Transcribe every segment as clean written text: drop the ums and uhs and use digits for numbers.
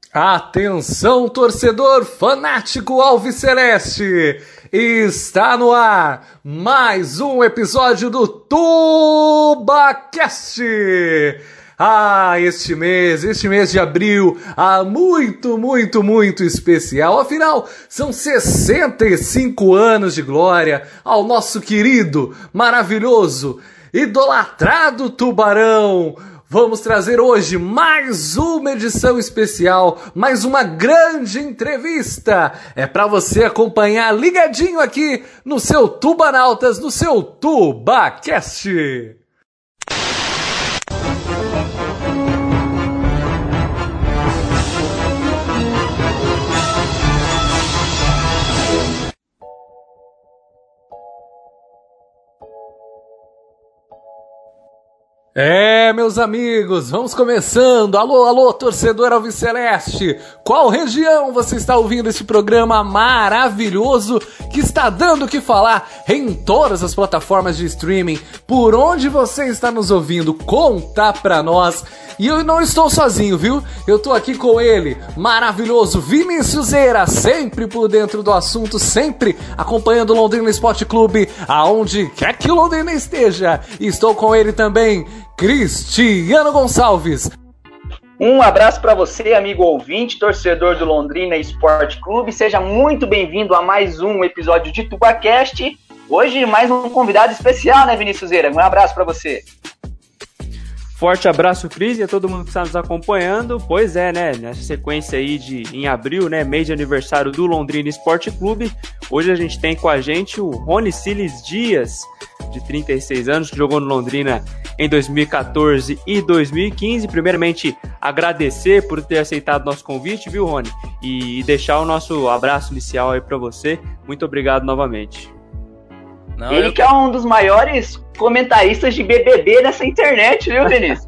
Atenção, torcedor fanático alviceleste! Está no ar mais um episódio do TubaCast! Este mês de abril, muito especial. Afinal, são 65 anos de glória ao nosso querido, maravilhoso, idolatrado Tubarão. Vamos trazer hoje mais uma edição especial, mais uma grande entrevista. É para você acompanhar ligadinho aqui no seu Tubanautas, no seu TubaCast. Meus amigos, vamos começando. Alô, torcedor alviceleste. Qual região você está ouvindo esse programa maravilhoso que está dando o que falar em todas as plataformas de streaming? Por onde você está nos ouvindo? Conta pra nós. E eu não estou sozinho, viu? Eu tô aqui com ele, maravilhoso Vinícius Eira, sempre por dentro do assunto, sempre acompanhando o Londrina Esporte Clube, aonde quer que o Londrina esteja. E estou com ele também, Cristiano Gonçalves. Um abraço para você, amigo ouvinte, torcedor do Londrina Esporte Clube. Seja muito bem-vindo a mais um episódio de TubaCast. Hoje, mais um convidado especial, né, Vinícius Eira? Um abraço para você. Forte abraço, Cris, e a todo mundo que está nos acompanhando. Pois é, né, nessa sequência aí em abril, né, mês de aniversário do Londrina Esporte Clube, hoje a gente tem com a gente o Rony Siles Dias, de 36 anos, que jogou no Londrina em 2014 e 2015. Primeiramente, agradecer por ter aceitado nosso convite, viu, Rony? E deixar o nosso abraço inicial aí para você. Muito obrigado novamente. Ele que é um dos maiores comentaristas de BBB nessa internet, viu, Vinícius?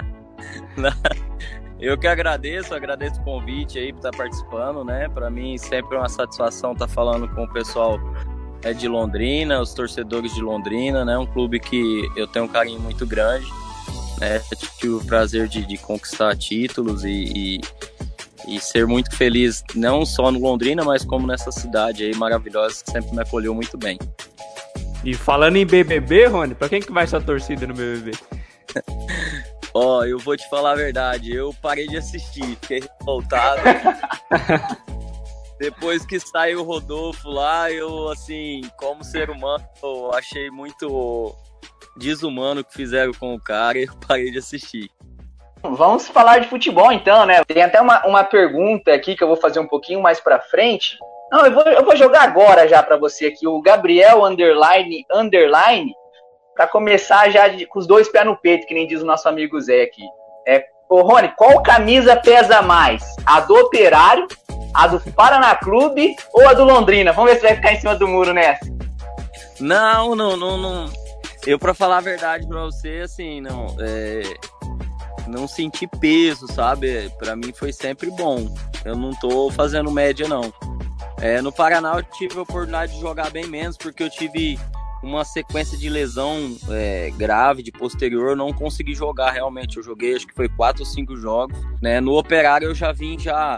Eu que agradeço o convite aí por estar participando, né? Para mim sempre é uma satisfação estar falando com o pessoal de Londrina, os torcedores de Londrina, né? Um clube que eu tenho um carinho muito grande, né? Eu tive o prazer de conquistar títulos e ser muito feliz, não só no Londrina, mas como nessa cidade aí maravilhosa que sempre me acolheu muito bem. E falando em BBB, Rony, pra quem que vai sua torcida no BBB? Eu vou te falar a verdade, eu parei de assistir, fiquei revoltado. Depois que saiu o Rodolfo lá, eu, assim, como ser humano, eu achei muito desumano o que fizeram com o cara e eu parei de assistir. Vamos falar de futebol então, né? Tem até uma pergunta aqui que eu vou fazer um pouquinho mais pra frente. Não, eu vou jogar agora já pra você aqui, o Gabriel __, pra começar já com os dois pés no peito, que nem diz o nosso amigo Zé aqui. Ô Rony, qual camisa pesa mais? A do Operário, a do Paraná Clube ou a do Londrina? Vamos ver se vai ficar em cima do muro nessa. Não. Eu, pra falar a verdade pra você, assim, não senti peso, sabe? Pra mim foi sempre bom. Eu não tô fazendo média, não. No Paraná eu tive a oportunidade de jogar bem menos, porque eu tive uma sequência de lesão grave de posterior, eu não consegui jogar realmente. Eu joguei acho que foi 4 ou 5 jogos, né? No Operário eu já vim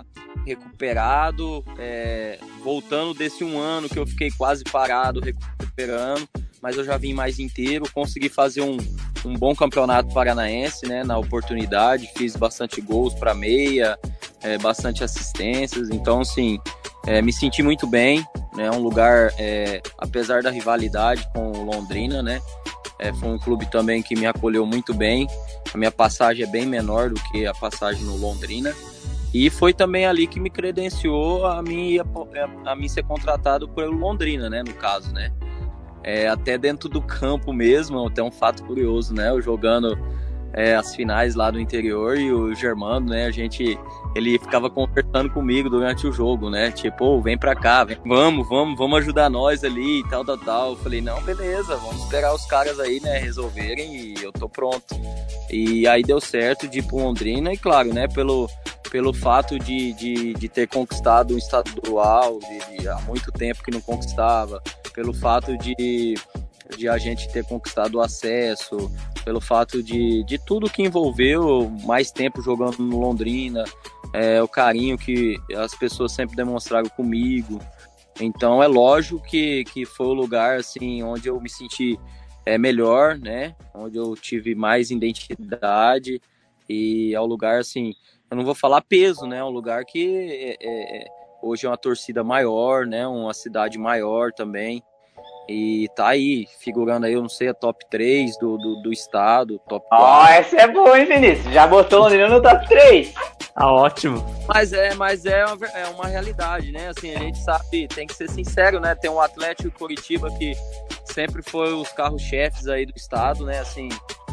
recuperado, voltando desse um ano que eu fiquei quase parado, recuperando, mas eu já vim mais inteiro, consegui fazer um bom campeonato paranaense, né? Na oportunidade, fiz bastante gols para meia, bastante assistências, então assim, me senti muito bem, né? Um lugar, apesar da rivalidade com o Londrina, né? Foi um clube também que me acolheu muito bem. A minha passagem é bem menor do que a passagem no Londrina. E foi também ali que me credenciou a mim ser contratado pelo Londrina, né? No caso, né? Até dentro do campo mesmo, até um fato curioso, né? Eu jogando as finais lá do interior e o Germano, né? Ele ficava conversando comigo durante o jogo, né? Tipo, vem pra cá, vamos ajudar nós ali e tal. Eu falei, não, beleza, vamos esperar os caras aí, né, resolverem e eu tô pronto. E aí deu certo de ir pro Londrina e, claro, né, pelo fato de ter conquistado um estadual, de há muito tempo que não conquistava, pelo fato de a gente ter conquistado o acesso, pelo fato de tudo que envolveu mais tempo jogando no Londrina, o carinho que as pessoas sempre demonstraram comigo. Então é lógico que foi o lugar assim, onde eu me senti melhor, né? Onde eu tive mais identidade, e é um lugar assim, eu não vou falar peso, né? É um lugar que hoje é uma torcida maior, né? Uma cidade maior também. E tá aí, figurando aí, eu não sei, a top 3 do estado, top 4. Ó, essa é boa, hein, Vinícius? Já botou o Londrina no top 3. Tá ótimo. Mas é uma realidade, né? Assim, a gente sabe, tem que ser sincero, né? Tem um Atlético Curitiba que sempre foi os carros-chefes aí do estado, né? Assim,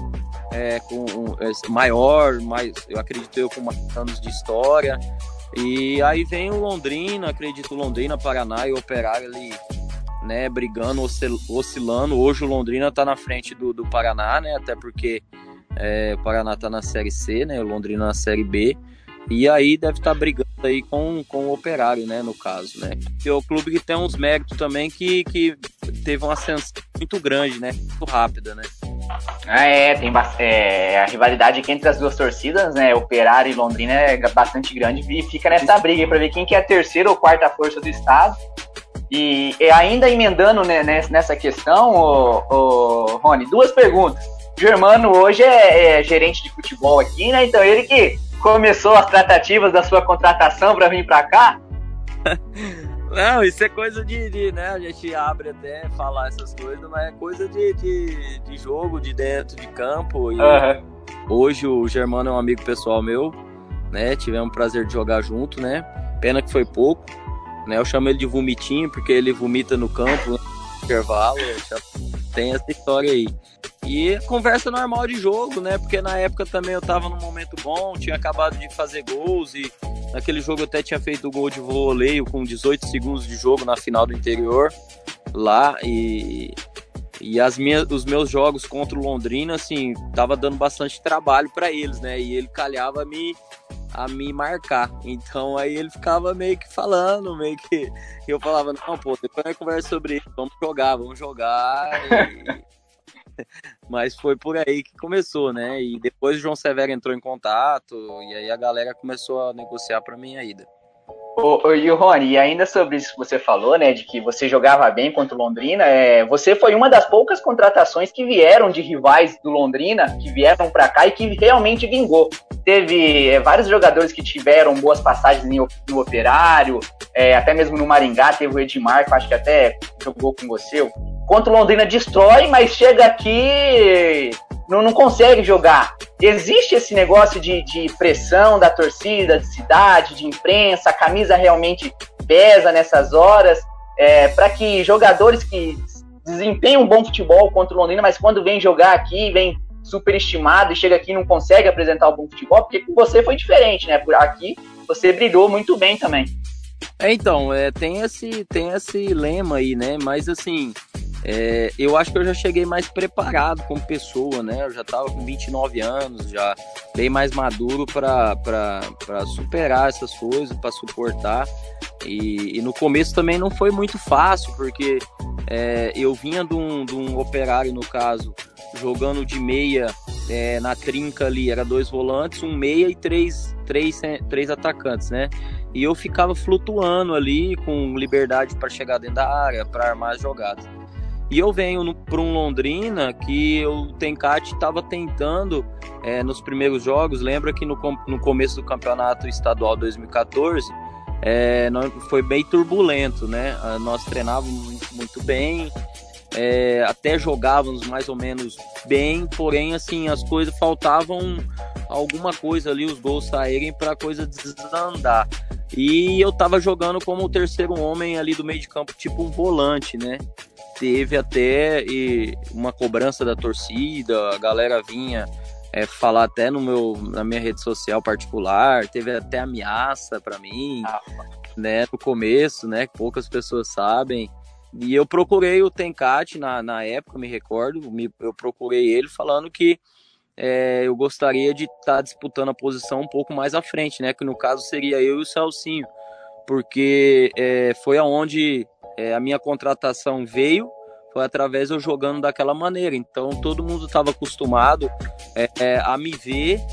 maior, mais, eu acredito com mais anos de história. E aí vem o Londrina, acredito, Londrina, Paraná e Operário ali, né, brigando, oscilando. Hoje o Londrina tá na frente do Paraná, né, até porque o Paraná tá na Série C, né, o Londrina na Série B, e aí deve estar brigando aí com o Operário, né, no caso, né, que é o clube que tem uns méritos também que teve uma ascensão muito grande, né, muito rápida, né. Tem a rivalidade aqui entre as duas torcidas, né, Operário e Londrina é bastante grande, e fica nessa briga aí pra ver quem que é a terceira ou quarta força do estado. E ainda emendando, né, nessa questão, Rony, 2 perguntas. O Germano hoje é gerente de futebol aqui, né? Então ele que começou as tratativas da sua contratação para vir para cá. Não, isso é coisa de, né? A gente abre até falar essas coisas, mas é coisa de jogo, de dentro de campo. E hoje o Germano é um amigo pessoal meu, né? Tivemos o prazer de jogar junto, né? Pena que foi pouco. Né, eu chamo ele de vomitinho, porque ele vomita no campo, no intervalo, tem essa história aí. E conversa normal de jogo, né, porque na época também eu tava num momento bom, tinha acabado de fazer gols, e naquele jogo eu até tinha feito o gol de voleio com 18 segundos de jogo na final do interior, lá, e os meus jogos contra o Londrina, assim, tava dando bastante trabalho para eles, né, e ele calhava a me marcar, então aí ele ficava meio que falando, eu falava, não, pô, depois a gente conversa sobre isso, vamos jogar, mas foi por aí que começou, né, e depois o João Severo entrou em contato, e aí a galera começou a negociar pra minha ida. E o Rony, e ainda sobre isso que você falou, né, de que você jogava bem contra o Londrina, você foi uma das poucas contratações que vieram de rivais do Londrina, que vieram para cá e que realmente vingou. Teve vários jogadores que tiveram boas passagens no Operário, até mesmo no Maringá, teve o Edmar, que acho que até jogou com você. Contra o Londrina destrói, mas chega aqui, não consegue jogar. Existe esse negócio de pressão da torcida, de cidade, de imprensa, a camisa realmente pesa nessas horas, para que jogadores que desempenham um bom futebol contra o Londrina, mas quando vem jogar aqui, vem superestimado e chega aqui e não consegue apresentar um bom futebol, porque com você foi diferente, né? Por aqui você brilhou muito bem também. Então, tem esse lema aí, né? Mas assim, eu acho que eu já cheguei mais preparado como pessoa, né? Eu já tava com 29 anos, já bem mais maduro para superar essas coisas, para suportar. E no começo também não foi muito fácil, porque eu vinha de um Operário, no caso, jogando de meia, na trinca ali, era 2 volantes, um meia e três atacantes, né? E eu ficava flutuando ali, com liberdade para chegar dentro da área, para armar as jogadas. E eu venho para um Londrina que o Tencati estava tentando, nos primeiros jogos, lembra que no começo do campeonato estadual 2014, foi bem turbulento, né? Nós treinávamos muito bem, até jogávamos mais ou menos bem, porém assim, as coisas faltavam alguma coisa ali, os gols saírem para a coisa desandar. E eu tava jogando como o terceiro homem ali do meio de campo, tipo um volante, né? Teve até uma cobrança da torcida, a galera vinha falar até na minha rede social particular, teve até ameaça para mim, né? No começo, né? Que poucas pessoas sabem. E eu procurei o Tencati na época, me recordo, eu procurei ele falando que eu gostaria de estar disputando a posição um pouco mais à frente, né? Que no caso seria eu e o Celcinho, porque foi aonde a minha contratação veio, foi através eu jogando daquela maneira. Então todo mundo estava acostumado a me ver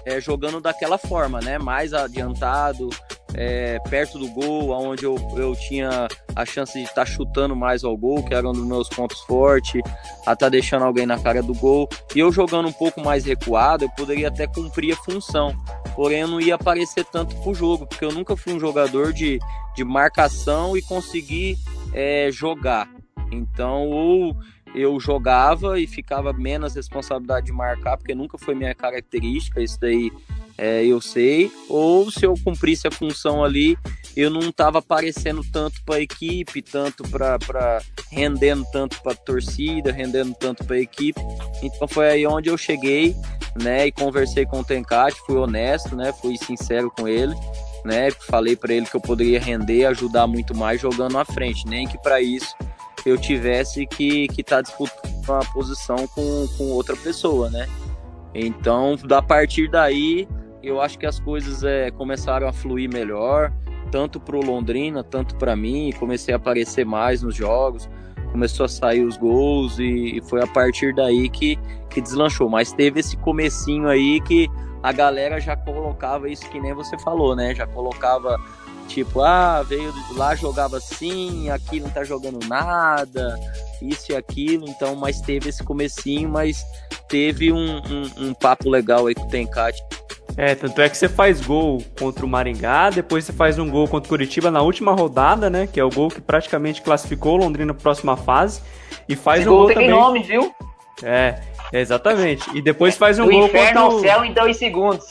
jogando daquela forma, né? Mais adiantado, perto do gol, onde eu tinha a chance de estar chutando mais ao gol, que era um dos meus pontos fortes, a estar deixando alguém na cara do gol. E eu jogando um pouco mais recuado, eu poderia até cumprir a função, porém eu não ia aparecer tanto pro jogo, porque eu nunca fui um jogador de marcação e conseguir jogar. Então, ou eu jogava e ficava menos responsabilidade de marcar, porque nunca foi minha característica, isso daí eu sei, ou se eu cumprisse a função ali, eu não estava aparecendo tanto para a equipe, tanto para rendendo tanto para a torcida, rendendo tanto para a equipe. Então foi aí onde eu cheguei, né, e conversei com o Tencati, fui honesto, né, fui sincero com ele, né, falei para ele que eu poderia render, ajudar muito mais jogando à frente, nem que para isso eu tivesse que estar disputando uma posição com outra pessoa, né? Então, a partir daí, eu acho que as coisas começaram a fluir melhor, tanto para o Londrina, tanto para mim, comecei a aparecer mais nos jogos, começou a sair os gols e foi a partir daí que deslanchou. Mas teve esse comecinho aí que a galera já colocava isso que nem você falou, né? Já colocava... Tipo, veio lá, jogava assim, aqui não tá jogando nada, isso e aquilo, então, mas teve esse comecinho, mas teve um papo legal aí com o Tencati. Tanto é que você faz gol contra o Maringá, depois você faz um gol contra o Curitiba na última rodada, né, que é o gol que praticamente classificou o Londrina para a próxima fase, e faz esse um gol tem também... nome, viu? Exatamente, e depois faz um do gol inferno contra ao céu em 2 segundos.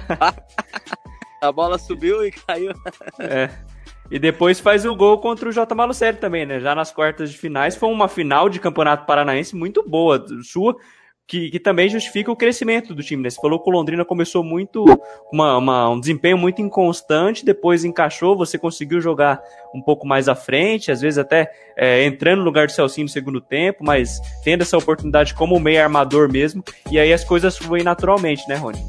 A bola subiu e caiu. E depois faz o gol contra o J. Malucelli também, né? Já nas quartas de finais. Foi uma final de Campeonato Paranaense muito boa sua, que também justifica o crescimento do time, né? Você falou que o Londrina começou muito, um desempenho muito inconstante, depois encaixou, você conseguiu jogar um pouco mais à frente, às vezes até entrando no lugar do Celcinho no segundo tempo, mas tendo essa oportunidade como meio armador mesmo, e aí as coisas fluem naturalmente, né, Rony?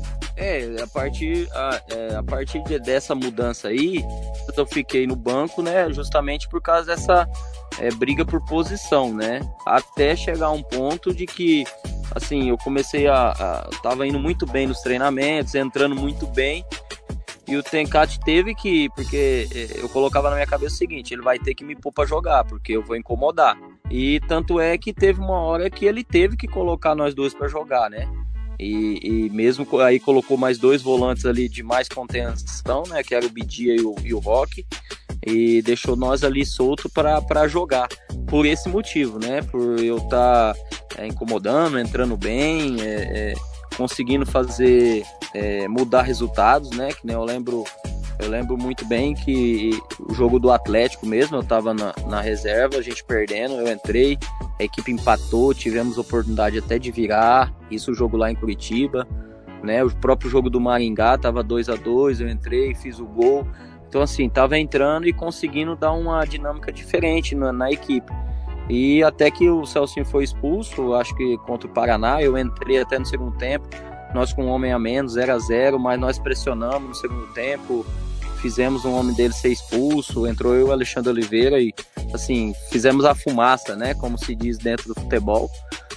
A partir dessa mudança aí, eu fiquei no banco, né, justamente por causa dessa briga por posição, né, até chegar um ponto de que, assim, eu comecei tava indo muito bem nos treinamentos, entrando muito bem, e o Tencati teve que, porque eu colocava na minha cabeça o seguinte, ele vai ter que me pôr pra jogar, porque eu vou incomodar, e tanto é que teve uma hora que ele teve que colocar nós dois pra jogar, né. E mesmo aí colocou mais 2 volantes ali de mais contenção, né, que era o Bidia e o Roque, e deixou nós ali solto para jogar, por esse motivo, né, por eu estar incomodando, entrando bem, conseguindo fazer, mudar resultados, né, que nem eu lembro muito bem que o jogo do Atlético mesmo, eu estava na reserva, a gente perdendo, eu entrei, a equipe empatou, tivemos oportunidade até de virar, isso o jogo lá em Curitiba, né? O próprio jogo do Maringá estava 2-2, eu entrei, fiz o gol, então assim, estava entrando e conseguindo dar uma dinâmica diferente na equipe. E até que o Celcinho foi expulso, acho que contra o Paraná, eu entrei até no segundo tempo, nós com um homem a menos, 0-0, mas nós pressionamos no segundo tempo, fizemos um homem dele ser expulso, entrou eu e o Alexandre Oliveira e, assim, fizemos a fumaça, né, como se diz dentro do futebol.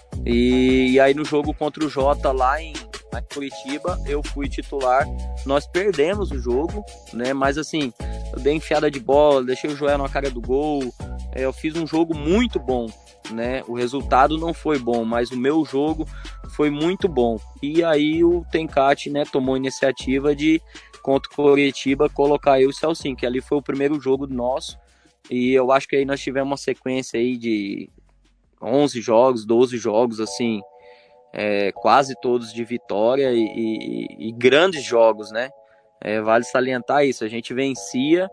E aí no jogo contra o Jota lá em Curitiba, eu fui titular, nós perdemos o jogo, né, mas assim, eu dei enfiada de bola, deixei o Joel na cara do gol, eu fiz um jogo muito bom, né, o resultado não foi bom, mas o meu jogo foi muito bom. E aí o Tencati, né, tomou a iniciativa de, contra o Curitiba, colocar eu e o Celcinho, que ali foi o primeiro jogo nosso, e eu acho que aí nós tivemos uma sequência aí de 11 jogos, 12 jogos, assim, quase todos de vitória e grandes jogos, né? Vale salientar isso, a gente vencia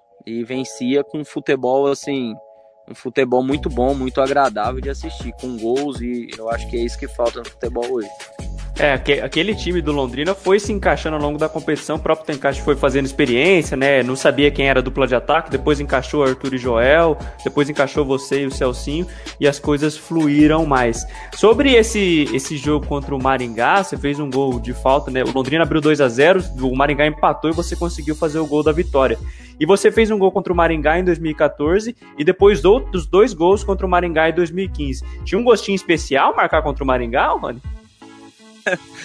com futebol, assim, um futebol muito bom, muito agradável de assistir, com gols, e eu acho que é isso que falta no futebol hoje. Aquele time do Londrina foi se encaixando ao longo da competição, o próprio Tencati foi fazendo experiência, né? Não sabia quem era a dupla de ataque, depois encaixou Arthur e Joel, depois encaixou você e o Celcinho, e as coisas fluíram mais. Sobre esse jogo contra o Maringá, você fez um gol de falta, né? O Londrina abriu 2-0, o Maringá empatou e você conseguiu fazer o gol da vitória. E você fez um gol contra o Maringá em 2014 e depois outros 2 gols contra o Maringá em 2015. Tinha um gostinho especial marcar contra o Maringá, Rony?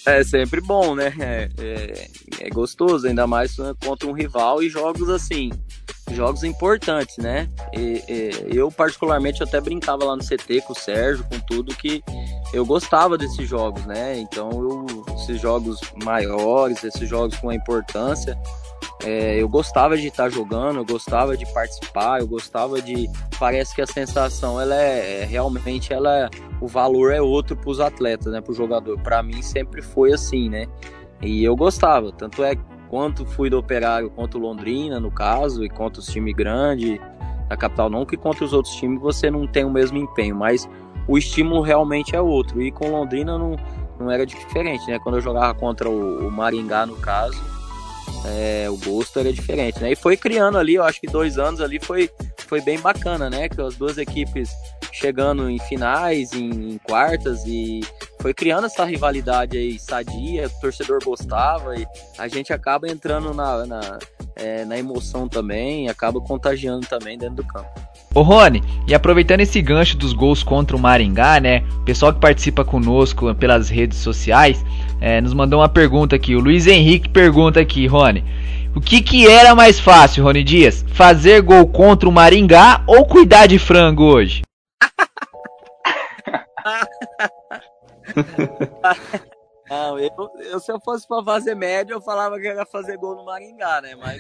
É sempre bom, né? É gostoso, ainda mais contra um rival e jogos assim, jogos importantes, né? Eu, particularmente, até brincava lá no CT com o Sérgio, com tudo, que eu gostava desses jogos, né? Então, esses jogos maiores, esses jogos com a importância, eu gostava de estar jogando, eu gostava de participar, eu gostava de... Parece que a sensação, realmente, o valor é outro para os atletas, né? Para o jogador. Para mim, sempre foi assim, né? E eu gostava, tanto é quanto fui do Operário contra o Londrina, no caso, e contra os times grandes da capital, não que contra os outros times você não tem o mesmo empenho, mas o estímulo realmente é outro. E com o Londrina não era diferente, né? Quando eu jogava contra o Maringá, no caso, o gosto era diferente, né? E foi criando ali, eu acho que 2 anos ali foi bem bacana, né? Que as duas equipes chegando em finais, em quartas, e foi criando essa rivalidade aí sadia, o torcedor gostava, e a gente acaba entrando na emoção também, acaba contagiando também dentro do campo. Ô Rony, e aproveitando esse gancho dos gols contra o Maringá, né, o pessoal que participa conosco pelas redes sociais, nos mandou uma pergunta aqui, o Luiz Henrique pergunta aqui, Rony, o que era mais fácil, Rony Dias, fazer gol contra o Maringá ou cuidar de frango hoje? Não, eu se eu fosse pra fazer média, eu falava que era fazer gol no Maringá, né? Mas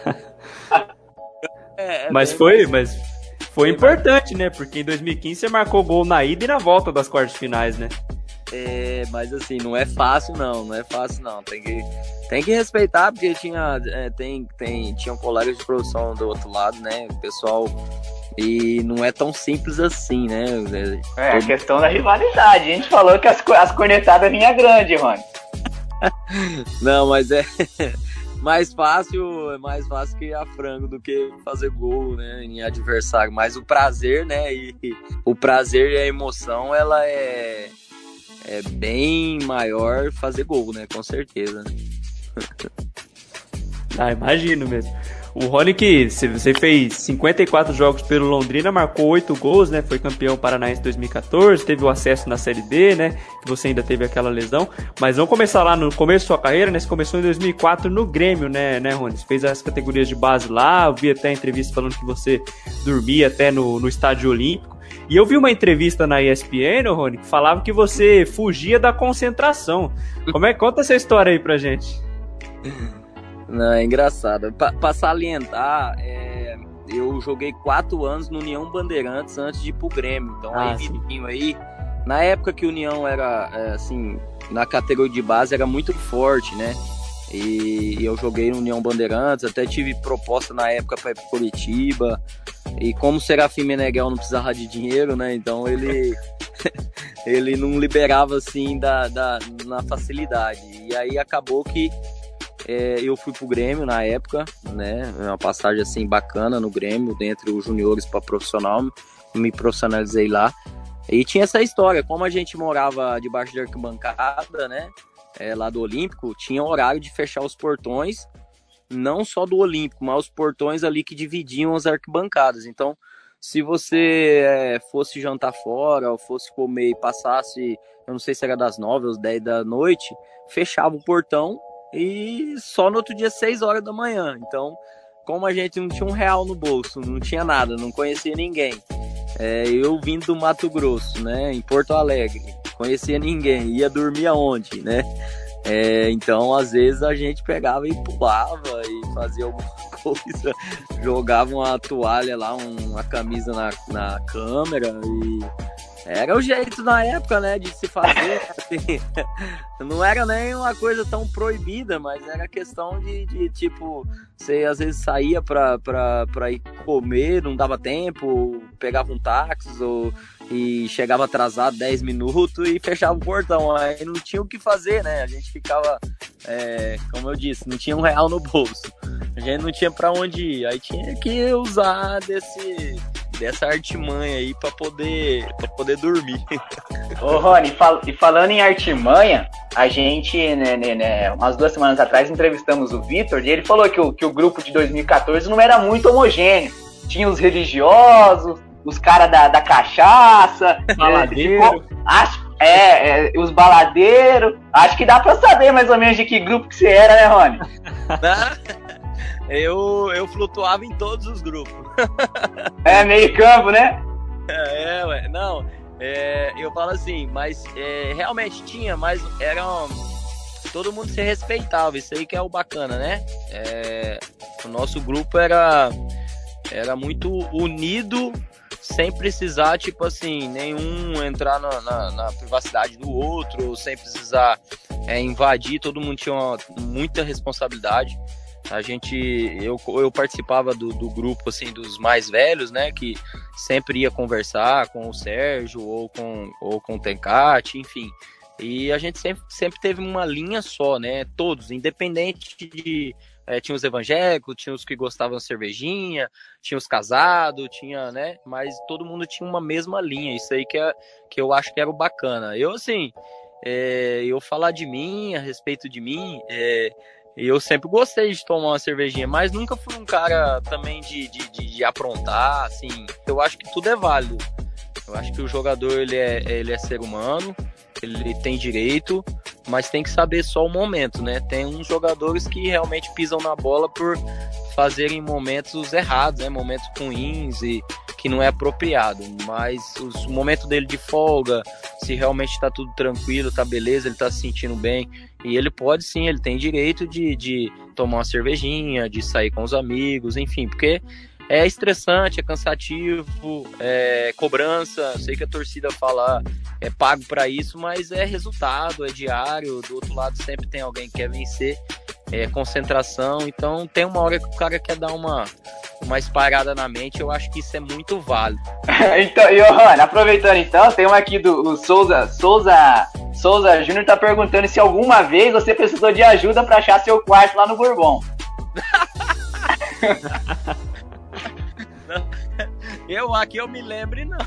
não. Mas foi importante, né? Porque em 2015 você marcou gol na ida e na volta das quartas finais, né? Mas assim, não é fácil não. Tem que respeitar, porque tinham colegas de produção do outro lado, né? O pessoal... E não é tão simples assim, né? A questão da rivalidade. A gente falou que as cornetadas vinham grande, Rony. Não, mas é mais fácil criar frango do que fazer gol, né, em adversário. Mas o prazer, né? E o prazer e a emoção, ela é bem maior fazer gol, né? Com certeza. Imagino mesmo. O Rony, que você fez 54 jogos pelo Londrina, marcou 8 gols, né? Foi campeão paranaense em 2014, teve o acesso na Série D, né? Que você ainda teve aquela lesão. Mas vamos começar lá no começo da sua carreira, né? Você começou em 2004 no Grêmio, né, Rony? Você fez as categorias de base lá, eu vi até a entrevista falando que você dormia até no Estádio Olímpico. E eu vi uma entrevista na ESPN, Rony, que falava que você fugia da concentração. Conta essa história aí pra gente. Não, é engraçado. Pra salientar, eu joguei 4 anos no União Bandeirantes antes de ir pro Grêmio. Então, aí, na época que o União era, assim, na categoria de base, era muito forte, né? E eu joguei no União Bandeirantes, até tive proposta na época pra ir pro Curitiba. E como o Serafim Meneghel não precisava de dinheiro, né? Então, ele não liberava, assim, na facilidade. E aí, acabou que eu fui pro Grêmio na época, né? Uma passagem assim bacana no Grêmio, dentre os juniores para profissional, me profissionalizei lá. E tinha essa história, como a gente morava debaixo de arquibancada, né? Lá do Olímpico, tinha horário de fechar os portões, não só do Olímpico, mas os portões ali que dividiam as arquibancadas. Então, se você fosse jantar fora, ou fosse comer e passasse, eu não sei se era das 9 às 10 da noite, fechava o portão, e só no outro dia 6 horas da manhã. Então, como a gente não tinha R$1 no bolso, não tinha nada, não conhecia ninguém, eu vim do Mato Grosso, né, em Porto Alegre, conhecia ninguém, ia dormir aonde, né? Então, às vezes a gente pegava e pulava e fazia alguma coisa, jogava uma toalha lá, uma camisa na câmera, e era o jeito na época, né, de se fazer. Assim, não era nem uma coisa tão proibida, mas era questão de tipo, você às vezes saía pra ir comer, não dava tempo, pegava um táxi e chegava atrasado 10 minutos e fechava o portão. Aí não tinha o que fazer, né? A gente ficava, como eu disse, não tinha R$1 no bolso. A gente não tinha pra onde ir. Aí tinha que usar dessa artimanha aí pra poder dormir. Ô Rony, e falando em artimanha, a gente, né, umas 2 semanas atrás entrevistamos o Vitor e ele falou que o grupo de 2014 não era muito homogêneo. Tinha os religiosos, os caras da cachaça, Os baladeiros. Acho que dá pra saber mais ou menos de que grupo que você era, né, Rony? Eu flutuava em todos os grupos. Meio campo, né? Ué, não. Eu falo assim, mas realmente tinha, mas todo mundo se respeitava, isso aí que é o bacana, né? O nosso grupo era muito unido, sem precisar, tipo assim, nenhum entrar na privacidade do outro, sem precisar invadir, todo mundo tinha muita responsabilidade. Eu participava do grupo, assim, dos mais velhos, né, que sempre ia conversar com o Sérgio ou com o Tencati, enfim. E a gente sempre teve uma linha só, né, todos, independente de... tinha os evangélicos, tinha os que gostavam de cervejinha, tinha os casados, tinha, né, mas todo mundo tinha uma mesma linha, isso aí que eu acho que era o bacana. Eu, assim, eu falar de mim, a respeito de mim, eu sempre gostei de tomar uma cervejinha, mas nunca fui um cara também de aprontar, assim. Eu acho que tudo é válido. Eu acho que o jogador, ele é ser humano, ele tem direito, mas tem que saber só o momento, né? Tem uns jogadores que realmente pisam na bola por fazerem momentos errados, né? Momentos ruins e que não é apropriado, mas o momento dele de folga, se realmente está tudo tranquilo, tá beleza, ele tá se sentindo bem, e ele pode sim, ele tem direito de tomar uma cervejinha, de sair com os amigos, enfim, porque é estressante, é cansativo, é cobrança, eu sei que a torcida fala é pago para isso, mas é resultado, é diário, do outro lado sempre tem alguém que quer vencer, concentração, então tem uma hora que o cara quer dar uma espalhada na mente, eu acho que isso é muito válido. Então, Johan, aproveitando então, tem uma aqui do Souza Júnior, tá perguntando se alguma vez você precisou de ajuda para achar seu quarto lá no Bourbon. Que eu me lembre, não.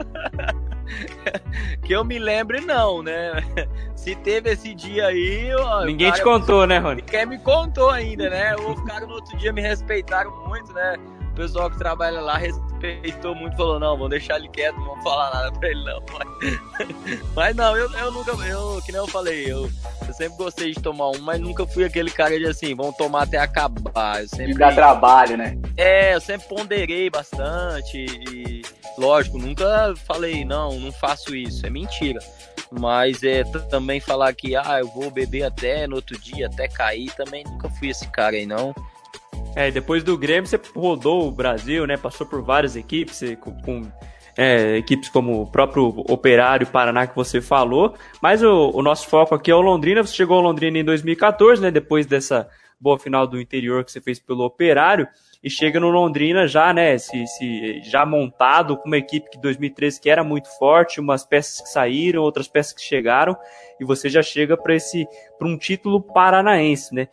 Que eu me lembre, não, né? Se teve esse dia aí... Ninguém te contou, né, Rony? Ninguém me contou ainda, né? Os caras no outro dia me respeitaram muito, né? O pessoal que trabalha lá respeitou muito, falou, não, vamos deixar ele quieto, não vamos falar nada pra ele, não. Mas não, eu nunca... que nem eu falei, eu sempre gostei de tomar mas nunca fui aquele cara de assim, vamos tomar até acabar. Eu sempre... Dá trabalho, né? Eu sempre ponderei bastante e, lógico, nunca falei, não faço isso, é mentira. Mas também falar que, eu vou beber até no outro dia, até cair, também nunca fui esse cara aí, não. Depois do Grêmio você rodou o Brasil, né? Passou por várias equipes, com equipes como o próprio Operário, Paraná, que você falou. Mas o nosso foco aqui é o Londrina. Você chegou ao Londrina em 2014, né? Depois dessa boa final do interior que você fez pelo Operário. E chega no Londrina já, né? Já montado, com uma equipe que 2013 que era muito forte, umas peças que saíram, outras peças que chegaram. E você já chega para um título paranaense, né?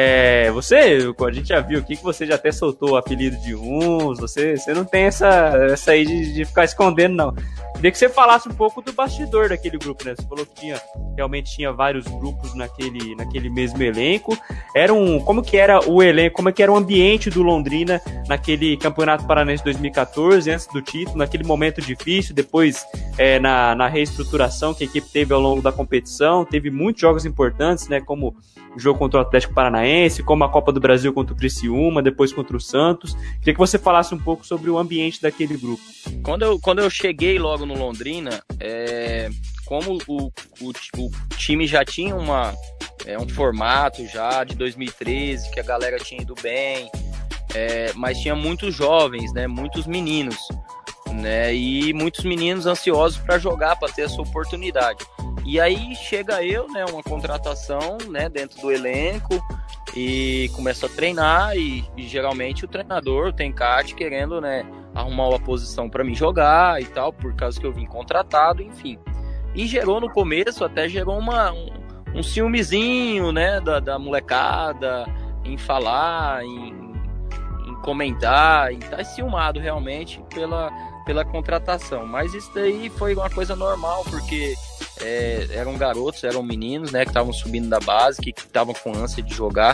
A gente já viu aqui que você já até soltou o apelido de uns, você não tem essa aí de ficar escondendo, não. Queria que você falasse um pouco do bastidor daquele grupo, né? Você falou que realmente tinha vários grupos naquele mesmo elenco. Como que era o elenco, como que era o ambiente do Londrina naquele Campeonato Paranaense 2014, antes do título, naquele momento difícil, depois na reestruturação que a equipe teve ao longo da competição, teve muitos jogos importantes, né? Como o jogo contra o Atlético Paranaense, como a Copa do Brasil contra o Criciúma, depois contra o Santos. Queria que você falasse um pouco sobre o ambiente daquele grupo. Quando eu cheguei logo no Londrina, como o time já tinha um formato já de 2013, que a galera tinha ido bem, mas tinha muitos jovens, né, muitos meninos, né, e muitos meninos ansiosos para jogar, para ter essa oportunidade. E aí chega eu, né, uma contratação, né, dentro do elenco, e começo a treinar, e geralmente o treinador, o Tencati, querendo, né, arrumar uma posição para mim jogar e tal, por causa que eu vim contratado, enfim. E gerou no começo, até gerou um ciúmezinho, né, da molecada, em falar, em comentar, e tá ciumado realmente pela contratação. Mas isso daí foi uma coisa normal, porque eram garotos, eram meninos, né, que estavam subindo da base, que estavam com ânsia de jogar,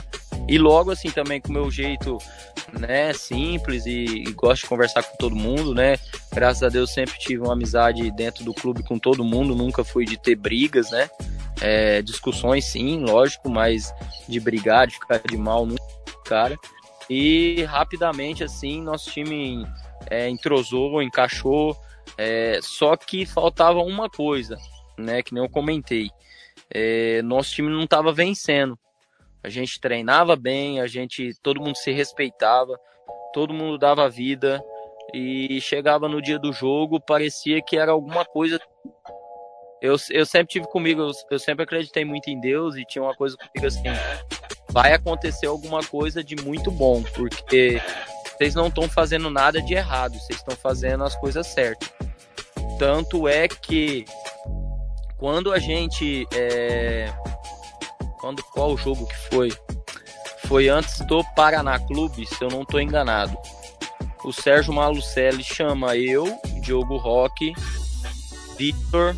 E logo assim também com o meu jeito, né, simples e gosto de conversar com todo mundo, né? Graças a Deus sempre tive uma amizade dentro do clube com todo mundo, nunca fui de ter brigas, né? Discussões sim, lógico, mas de brigar, de ficar de mal, nunca, cara. E rapidamente assim, nosso time entrosou, encaixou, só que faltava uma coisa, né, que nem eu comentei. Nosso time não estava vencendo. A gente treinava bem, todo mundo se respeitava, todo mundo dava vida, e chegava no dia do jogo, parecia que era alguma coisa. Eu sempre tive comigo, eu sempre acreditei muito em Deus, e tinha uma coisa comigo assim: vai acontecer alguma coisa de muito bom, porque vocês não estão fazendo nada de errado, vocês estão fazendo as coisas certas. Tanto é que quando a gente... Qual jogo que foi? Foi antes do Paraná Clube, se eu não estou enganado. O Sérgio Malucelli chama eu, Diogo Roque, Victor,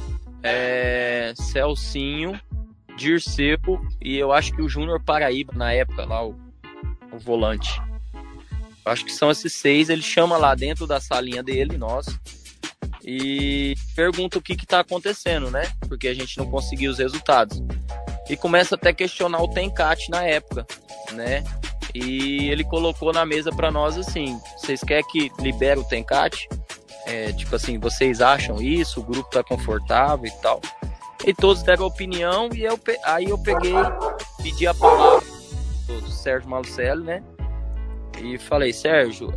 Celcinho, Dirceu e eu acho que o Júnior Paraíba, na época, lá o volante. Eu acho que são esses 6, ele chama lá dentro da salinha dele, nós, e pergunta o que tá acontecendo, né? Porque a gente não conseguiu os resultados. E começa até a questionar o Tencate na época, né? E ele colocou na mesa para nós assim: vocês querem que libere o Tencate? Tipo assim, vocês acham isso? O grupo tá confortável e tal. E todos deram opinião, e aí eu peguei, pedi a palavra do Sérgio Malucelli, né? E falei: Sérgio,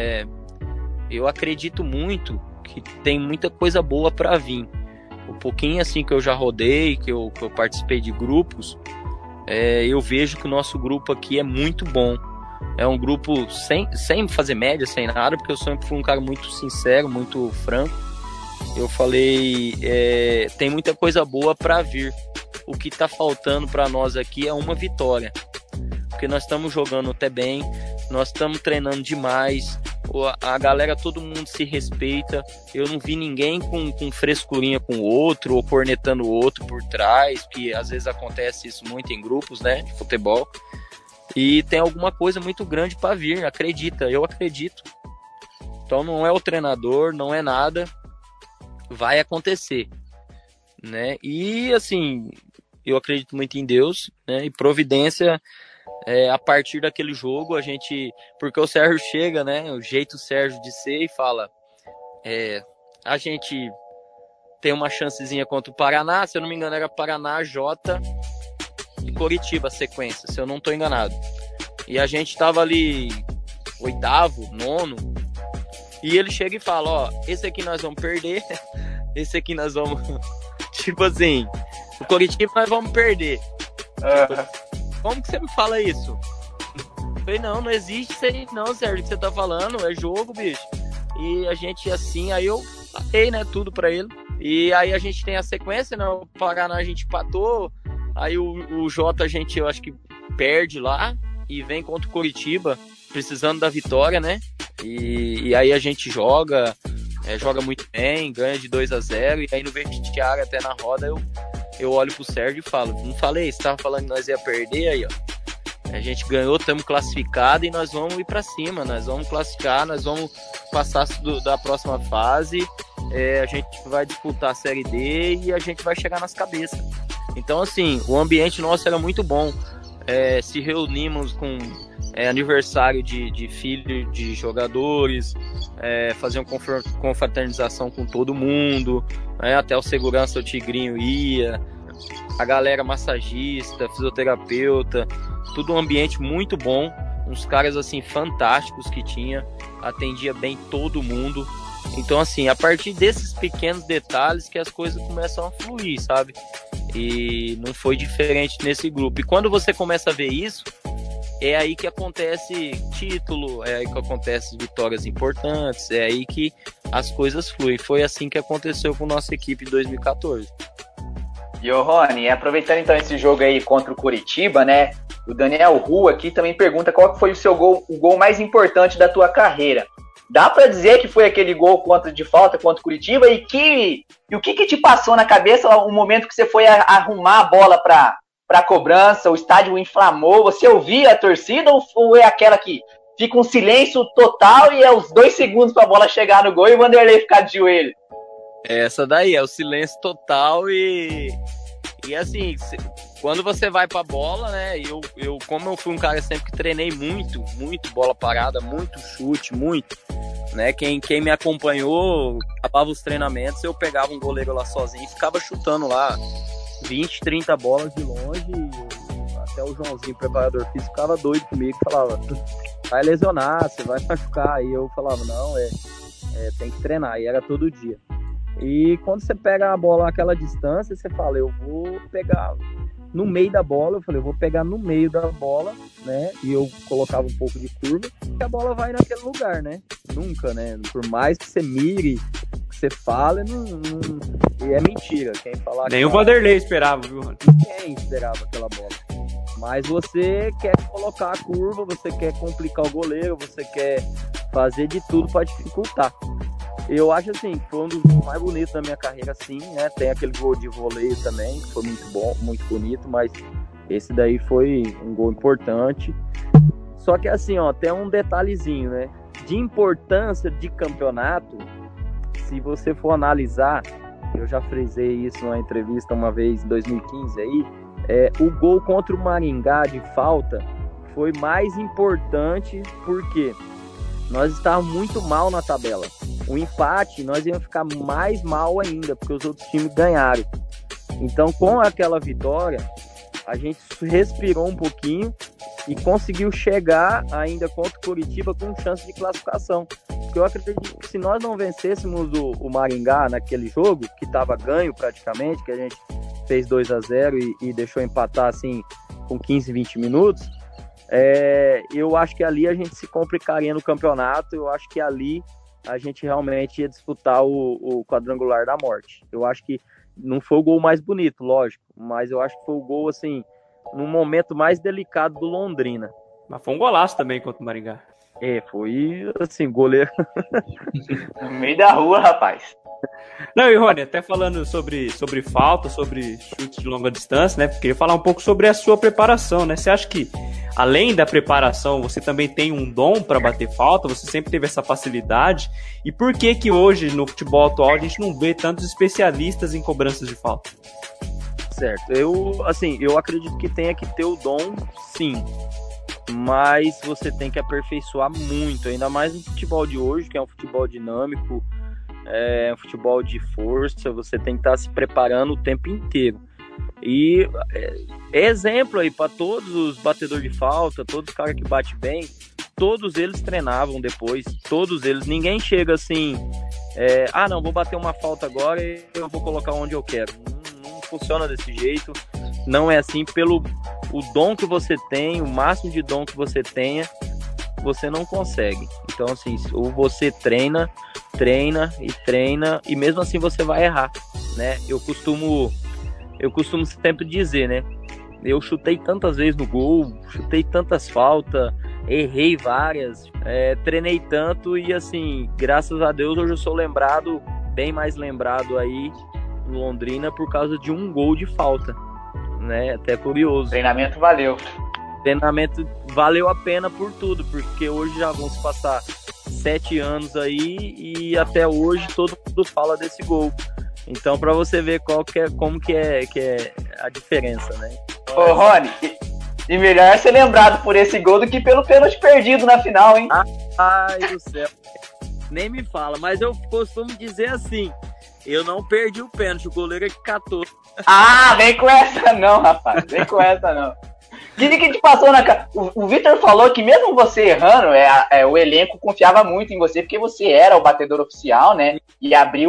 eu acredito muito que tem muita coisa boa para vir. Um pouquinho assim que eu já rodei, que eu participei de grupos, eu vejo que o nosso grupo aqui é muito bom. É um grupo sem fazer média, sem nada, porque eu sempre fui um cara muito sincero, muito franco. Eu falei, tem muita coisa boa para vir. O que tá faltando para nós aqui é uma vitória. Porque nós estamos jogando até bem, nós estamos treinando demais, a galera, todo mundo se respeita. Eu não vi ninguém com frescurinha com o outro, ou cornetando o outro por trás, que às vezes acontece isso muito em grupos, né, de futebol. E tem alguma coisa muito grande para vir, acredita, eu acredito. Então não é o treinador, não é nada, vai acontecer, né? E assim, eu acredito muito em Deus, né? E providência, a partir daquele jogo, porque o Sérgio chega, né? O jeito Sérgio de ser, e fala: a gente tem uma chancezinha contra o Paraná, se eu não me engano era Paraná, Jota e Coritiba, a sequência, se eu não tô enganado. E a gente tava ali 8º, 9º, e ele chega e fala: ó, esse aqui nós vamos perder, esse aqui nós vamos... tipo assim, o Coritiba nós vamos perder. Como que você me fala isso? Eu falei: não existe isso aí não, Sérgio, que você tá falando, é jogo, bicho. E a gente assim, aí eu falei, né, tudo pra ele. E aí a gente tem a sequência, né, o Paraná a gente empatou, aí o Jota eu acho que perde lá, e vem contra o Coritiba, precisando da vitória, né? E aí a gente joga muito bem, ganha de 2-0, e aí no vestiário, até na roda, eu olho pro Sérgio e falo: não falei, você tava falando que nós ia perder, aí ó, a gente ganhou, estamos classificados e nós vamos ir para cima, nós vamos classificar, nós vamos passar da próxima fase, a gente vai disputar a Série D e a gente vai chegar nas cabeças. Então assim, o ambiente nosso era muito bom, se reunimos com aniversário de filho de jogadores, fazer uma confraternização com todo mundo, até o segurança, o Tigrinho ia, a galera massagista, fisioterapeuta, tudo um ambiente muito bom, uns caras assim fantásticos que tinha, atendia bem todo mundo. Então assim, a partir desses pequenos detalhes que as coisas começam a fluir, sabe? E não foi diferente nesse grupo. E quando você começa a ver isso, é aí que acontece título, é aí que acontece vitórias importantes, é aí que as coisas fluem. Foi assim que aconteceu com nossa equipe em 2014. E ô Rony, aproveitando então esse jogo aí contra o Coritiba, né? O Daniel Ru aqui também pergunta qual foi o seu gol, o gol mais importante da tua carreira. Dá pra dizer que foi aquele gol de falta contra o Coritiba, e o que te passou na cabeça o momento que você foi arrumar a bola pra para cobrança, o estádio inflamou, você ouvia a torcida ou é aquela que fica um silêncio total e é os 2 segundos para a bola chegar no gol e o Vanderlei ficar de joelho? Essa daí é o silêncio total e assim, quando você vai pra bola, né, eu como eu fui um cara sempre que treinei muito bola parada, muito chute, muito, né, quem me acompanhou, acabava os treinamentos, eu pegava um goleiro lá sozinho e ficava chutando lá 20, 30 bolas de longe, até o Joãozinho, preparador físico, ficava doido comigo, falava, vai lesionar, você vai machucar, e eu falava, não, tem que treinar, e era todo dia. E quando você pega a bola naquela distância, você fala, eu vou pegar no meio da bola, eu falei, eu vou pegar no meio da bola, né, e eu colocava um pouco de curva, e a bola vai naquele lugar, né, nunca, né, por mais que você mire, que você fale, e é mentira, quem falar... Nem o Vanderlei esperava, viu, Rony? Ninguém esperava aquela bola. Mas você quer colocar a curva, você quer complicar o goleiro, você quer fazer de tudo para dificultar. Eu acho assim, foi um dos gols mais bonitos da minha carreira, sim, né? Tem aquele gol de voleio também, que foi muito bom, muito bonito, mas esse daí foi um gol importante. Só que assim, ó, tem um detalhezinho, né? De importância de campeonato, se você for analisar, eu já frisei isso numa entrevista uma vez em 2015 aí, o gol contra o Maringá de falta foi mais importante porque nós estávamos muito mal na tabela. O empate, nós íamos ficar mais mal ainda, porque os outros times ganharam. Então, com aquela vitória, a gente respirou um pouquinho e conseguiu chegar ainda contra o Coritiba com chance de classificação. Porque eu acredito que se nós não vencêssemos o Maringá naquele jogo, que estava ganho praticamente, que a gente fez 2-0 e deixou empatar assim com 15, 20 minutos, eu acho que ali a gente se complicaria no campeonato. Eu acho que ali a gente realmente ia disputar o quadrangular da morte. Eu acho que não foi o gol mais bonito, lógico, mas eu acho que foi o gol, assim, num momento mais delicado do Londrina. Mas foi um golaço também contra o Maringá. Foi, assim, goleiro... no meio da rua, rapaz. Não, e Rony, até falando sobre falta, sobre chute de longa distância, né? Queria falar um pouco sobre a sua preparação, né? Você acha que, além da preparação, você também tem um dom para bater falta? Você sempre teve essa facilidade? E por que hoje, no futebol atual, a gente não vê tantos especialistas em cobranças de falta? Certo. Eu acredito que tenha que ter o dom, sim. Mas você tem que aperfeiçoar muito, ainda mais no futebol de hoje, que é um futebol dinâmico, um futebol de força, você tem que estar se preparando o tempo inteiro. E exemplo aí para todos os batedores de falta, todos os caras que batem bem, todos eles treinavam depois, todos eles, ninguém chega assim, não, vou bater uma falta agora e eu vou colocar onde eu quero. Não funciona desse jeito, não é assim. Pelo o dom que você tem, o máximo de dom que você tenha, você não consegue. Então assim, ou você treina e mesmo assim você vai errar, né? Eu costumo sempre dizer, né? Eu chutei tantas vezes no gol, chutei tantas faltas, errei várias, treinei tanto e assim, graças a Deus hoje eu sou lembrado, bem mais lembrado aí no Londrina por causa de um gol de falta, né? Até curioso. Treinamento valeu. Treinamento valeu a pena por tudo, porque hoje já vão se passar 7 anos aí e até hoje todo mundo fala desse gol. Então, para você ver como que é a diferença, né? Ô, Rony, e melhor ser lembrado por esse gol do que pelo pênalti perdido na final, hein? Ai do céu. Nem me fala, mas eu costumo dizer assim, eu não perdi o pênalti, o goleiro é que catou. Vem com essa não, rapaz, vem com essa não. O que te passou na cara? O Vitor falou que mesmo você errando, o elenco confiava muito em você, porque você era o batedor oficial, né? E abriu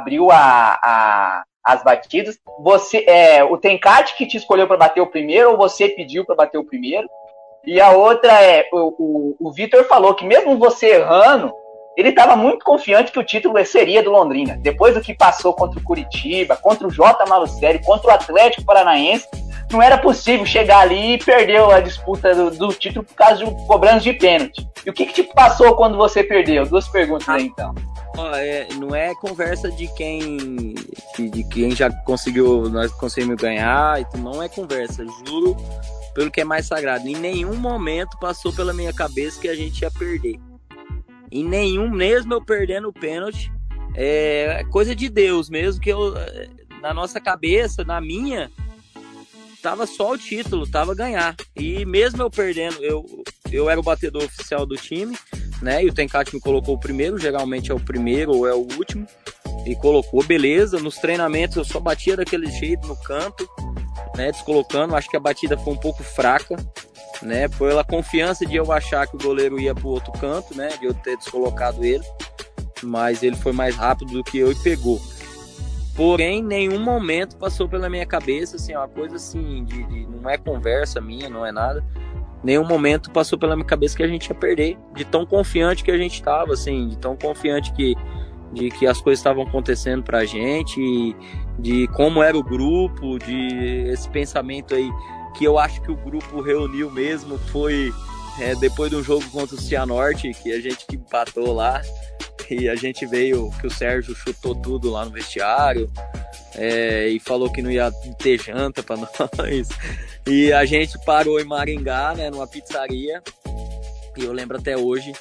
as batidas. Você, o Tencate que te escolheu para bater o primeiro, ou você pediu para bater o primeiro? E a outra o Vitor falou que mesmo você errando, ele estava muito confiante que o título seria do Londrina. Depois do que passou contra o Curitiba, contra o J. Malucelli, contra o Atlético Paranaense, não era possível chegar ali e perder a disputa do título por causa de cobrança de pênalti. E o que te passou quando você perdeu? 2 perguntas aí, então. Não é conversa de quem de quem já conseguiu, nós conseguimos ganhar, então não é conversa, juro pelo que é mais sagrado. Em nenhum momento passou pela minha cabeça que a gente ia perder. Em nenhum, mesmo eu perdendo o pênalti, é coisa de Deus mesmo, que eu, na nossa cabeça, na minha, tava só o título, tava ganhar. E mesmo eu perdendo, eu era o batedor oficial do time, né? E o Tencati me colocou o primeiro, geralmente é o primeiro ou é o último, e colocou, beleza. Nos treinamentos eu só batia daquele jeito no canto, né? Descolocando, acho que a batida foi um pouco fraca, né? Pela confiança de eu achar que o goleiro ia pro outro canto, né? De eu ter descolocado ele, mas ele foi mais rápido do que eu e pegou. Porém, em nenhum momento passou pela minha cabeça, assim, uma coisa assim, não é conversa minha, não é nada. Nenhum momento passou pela minha cabeça que a gente ia perder, de tão confiante que a gente estava, assim, de tão confiante de que as coisas estavam acontecendo pra gente, de como era o grupo, de esse pensamento aí, que eu acho que o grupo reuniu mesmo, foi depois do jogo contra o Cianorte, que a gente empatou lá, e a gente veio, que o Sérgio chutou tudo lá no vestiário, e falou que não ia ter janta pra nós, e a gente parou em Maringá, né, numa pizzaria, e eu lembro até hoje,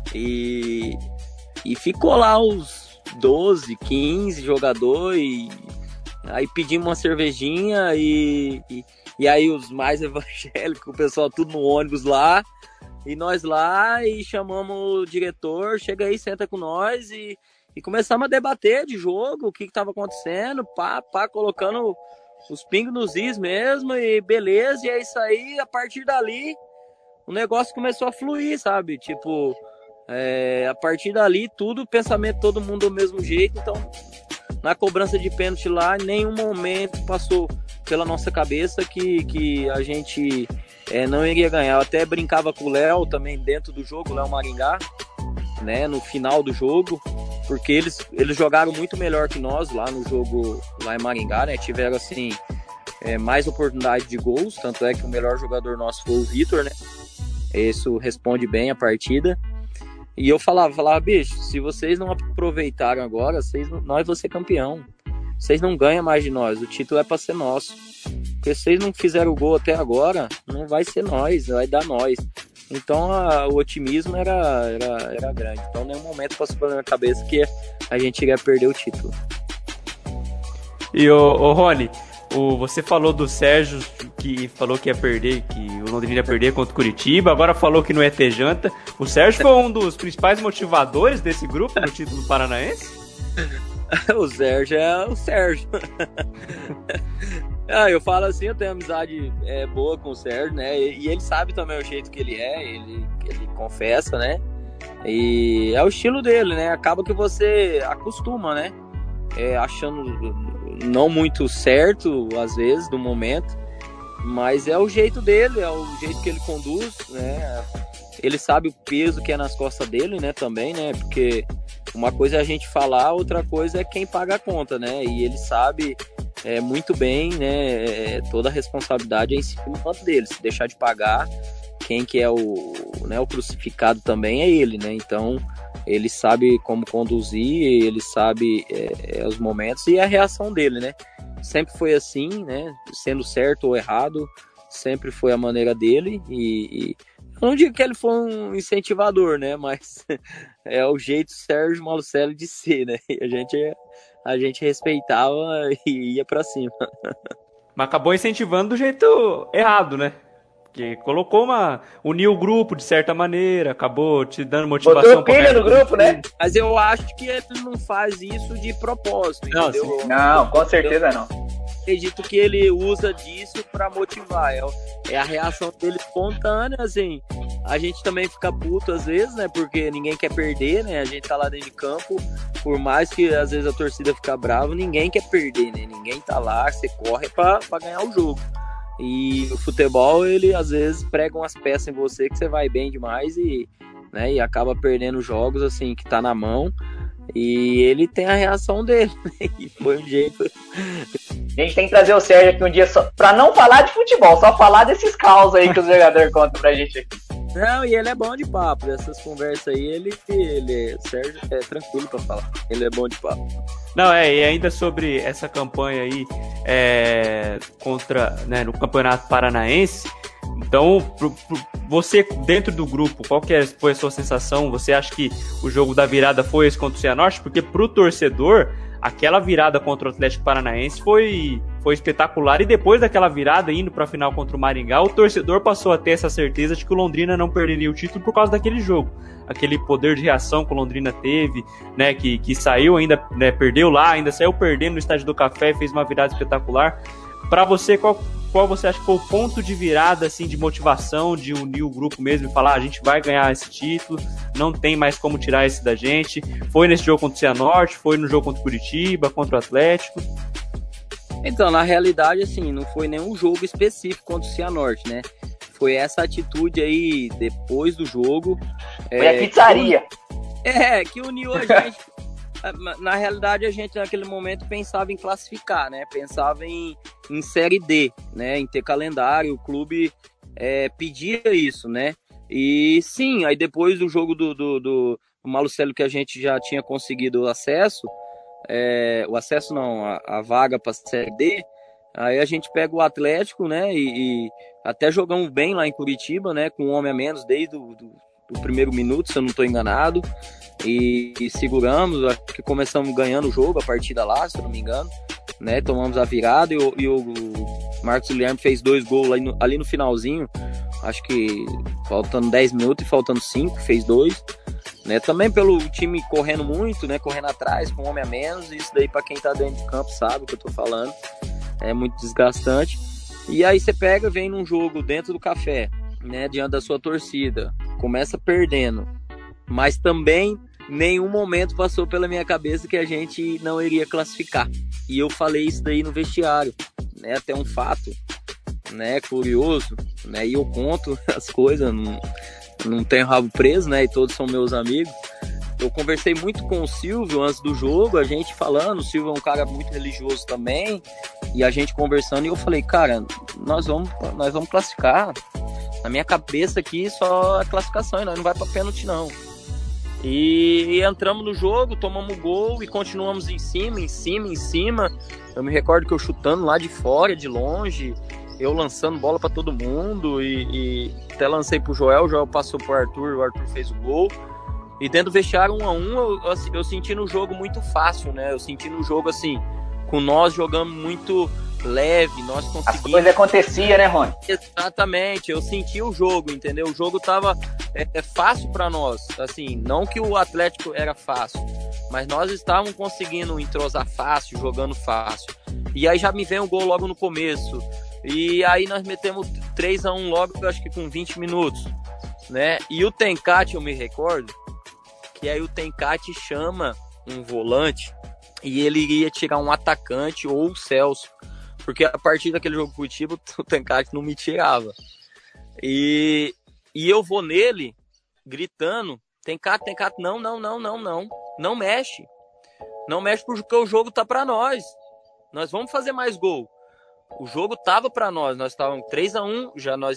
e ficou lá os 12, 15 jogadores, e aí pedimos uma cervejinha, e aí os mais evangélicos, o pessoal tudo no ônibus lá, e nós lá, e chamamos o diretor, chega aí, senta com nós, e começamos a debater de jogo, o que estava acontecendo, colocando os pingos nos is mesmo, e beleza, e é isso aí. A partir dali, o negócio começou a fluir, sabe? Tipo, a partir dali, tudo, pensamento todo mundo do mesmo jeito. Então, na cobrança de pênalti lá, em nenhum momento passou pela nossa cabeça que a gente não iria ganhar. Eu até brincava com o Léo também dentro do jogo, o Léo Maringá, né, no final do jogo, porque eles jogaram muito melhor que nós lá no jogo, lá em Maringá, né, tiveram assim mais oportunidade de gols, tanto é que o melhor jogador nosso foi o Vitor, né, isso responde bem a partida, e eu falava, bicho, se vocês não aproveitaram agora, nós vamos ser campeão, vocês não ganham mais de nós, o título é para ser nosso, porque se vocês não fizeram o gol até agora, não vai ser nós, vai dar nós. Então o otimismo era grande. Então, em nenhum momento passou pela minha cabeça que a gente iria perder o título. E o Rony, você falou do Sérgio, que falou que ia perder, que o Londrina ia perder contra o Curitiba, agora falou que não ia ter janta. O Sérgio foi um dos principais motivadores desse grupo no título paranaense? O Sérgio é o Sérgio. Eu falo assim, eu tenho amizade boa com o Sérgio, né? E ele sabe também o jeito que ele é, ele confessa, né? E é o estilo dele, né? Acaba que você acostuma, né? Achando não muito certo, às vezes, no momento, mas é o jeito dele, é o jeito que ele conduz, né? Ele sabe o peso que é nas costas dele, né? Também, né? Porque uma coisa é a gente falar, outra coisa é quem paga a conta, né? E ele sabe muito bem, né? Toda a responsabilidade é em cima dele. Se deixar de pagar, quem que é o crucificado também é ele, né? Então, ele sabe como conduzir, ele sabe os momentos e a reação dele, né? Sempre foi assim, né? Sendo certo ou errado, sempre foi a maneira dele e eu não digo que ele foi um incentivador, né? Mas é o jeito Sérgio Malucelli de ser, né? E a gente respeitava e ia pra cima. Mas acabou incentivando do jeito errado, né? Porque uniu o grupo de certa maneira, acabou te dando motivação. Botou pilha no grupo, né? Mas eu acho que ele não faz isso de propósito, entendeu? Não, com certeza não. Acredito que ele usa disso pra motivar. É a reação dele espontânea, assim. A gente também fica puto às vezes, né? Porque ninguém quer perder, né? A gente tá lá dentro de campo, por mais que às vezes a torcida fica brava, ninguém quer perder, né? Ninguém tá lá, você corre pra ganhar o jogo. E o futebol, ele às vezes prega umas peças em você que você vai bem demais e acaba perdendo jogos, assim, que tá na mão. E ele tem a reação dele, né? E foi um jeito. A gente tem que trazer o Sérgio aqui um dia só pra não falar de futebol, só falar desses caos aí que os jogadores contam pra gente aqui. Não, e ele é bom de papo. Essas conversas aí, ele Sérgio, é tranquilo pra falar. Ele é bom de papo. Não, e ainda sobre essa campanha aí contra, né, no Campeonato Paranaense. Então, você dentro do grupo, qual que foi a sua sensação? Você acha que o jogo da virada foi esse contra o Cianorte? Porque pro torcedor, aquela virada contra o Atlético Paranaense foi espetacular, e depois daquela virada, indo para a final contra o Maringá, o torcedor passou a ter essa certeza de que o Londrina não perderia o título por causa daquele jogo. Aquele poder de reação que o Londrina teve, né, que saiu ainda, né, perdeu lá, ainda saiu perdendo no Estádio do Café, fez uma virada espetacular. Para você, qual você acha que foi o ponto de virada, assim, de motivação, de unir o grupo mesmo e falar, a gente vai ganhar esse título, não tem mais como tirar esse da gente? Foi nesse jogo contra o Cianorte, foi no jogo contra o Curitiba, contra o Atlético? Então, na realidade, assim, não foi nenhum jogo específico contra o Cianorte, né? Foi essa atitude aí, depois do jogo... Foi a pizzaria. Que uniu a gente. Na realidade, a gente, naquele momento, pensava em classificar, né? Pensava em Série D, né? Em ter calendário, o clube pedia isso, né? E sim, aí depois do jogo do Malucello, que a gente já tinha conseguido o acesso... a vaga para Série D, aí a gente pega o Atlético, né, e até jogamos bem lá em Curitiba, né, com um homem a menos desde o primeiro minuto, se eu não estou enganado, e seguramos, acho que começamos ganhando o jogo, a partida lá, se eu não me engano, né, tomamos a virada, e o Marcos Guilherme fez 2 gols ali no finalzinho, acho que faltando 10 minutos e faltando 5, fez 2, né, também pelo time correndo muito, né, correndo atrás, com um homem a menos, isso daí para quem tá dentro de campo sabe o que eu tô falando, é muito desgastante. E aí você pega, vem num jogo dentro do Café, né, diante da sua torcida, começa perdendo, mas também nenhum momento passou pela minha cabeça que a gente não iria classificar, e eu falei isso daí no vestiário, né, até um fato, né, curioso, né, e eu conto as coisas, não tenho rabo preso, né, e todos são meus amigos. Eu conversei muito com o Silvio antes do jogo, a gente falando, o Silvio é um cara muito religioso também, e a gente conversando, e eu falei, cara, nós vamos classificar. Na minha cabeça aqui, só a classificação, e nós não vai pra pênalti, não. E entramos no jogo, tomamos o gol, e continuamos em cima. Eu me recordo que eu chutando lá de fora, de longe, eu lançando bola pra todo mundo, e até lancei pro Joel, o Joel passou pro Arthur, o Arthur fez o gol. E dentro do vestiário 1-1, eu senti no jogo muito fácil, né? Eu senti no jogo, assim, com nós jogando muito leve, nós conseguimos... As coisas aconteciam, né, Rony? Exatamente, eu senti o jogo, entendeu? O jogo tava fácil pra nós, assim, não que o Atlético era fácil, mas nós estávamos conseguindo entrosar fácil, jogando fácil. E aí já me vem um gol logo no começo, e aí nós metemos 3-1 logo, acho que com 20 minutos, né? E o Tencati, eu me recordo, que aí o Tencati chama um volante e ele iria tirar um atacante ou o Celso, porque a partir daquele jogo Curitiba o Tencati não me tirava. E eu vou nele gritando, Tencati, não mexe. Não mexe porque o jogo tá pra nós. Nós vamos fazer mais gol. O jogo tava pra nós estávamos 3-1,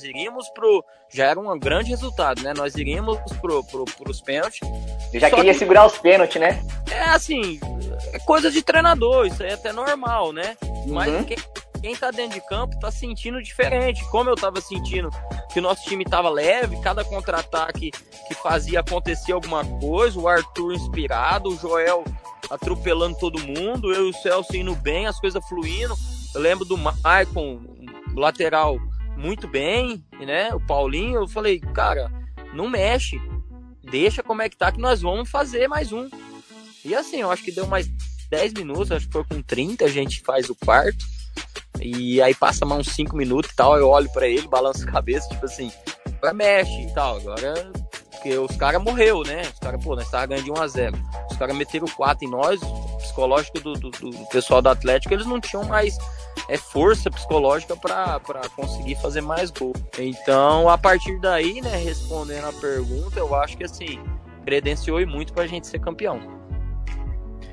já era um grande resultado, né? Nós iríamos pros pênaltis. Eu já queria segurar os pênaltis, né? Assim, é coisa de treinador, isso aí é até normal, né? Mas quem tá dentro de campo tá sentindo diferente. Como eu tava sentindo que o nosso time tava leve, cada contra-ataque que fazia acontecer alguma coisa, o Arthur inspirado, o Joel atropelando todo mundo, eu e o Celso indo bem, as coisas fluindo. Eu lembro do Maicon, lateral, muito bem, né? O Paulinho, eu falei, cara, não mexe, deixa como é que tá, que nós vamos fazer mais um. E assim, eu acho que deu mais 10 minutos, acho que foi com 30, a gente faz o quarto, e aí passa mais uns 5 minutos e tal, eu olho pra ele, balanço a cabeça, tipo assim, agora mexe e tal, agora... Porque os caras morreu, né? Os caras, nós estávamos ganhando de 1-0. Os caras meteram 4 em nós, o psicológico do pessoal do Atlético, eles não tinham mais força psicológica para conseguir fazer mais gol. Então, a partir daí, né, respondendo a pergunta, eu acho que assim, credenciou muito pra gente ser campeão.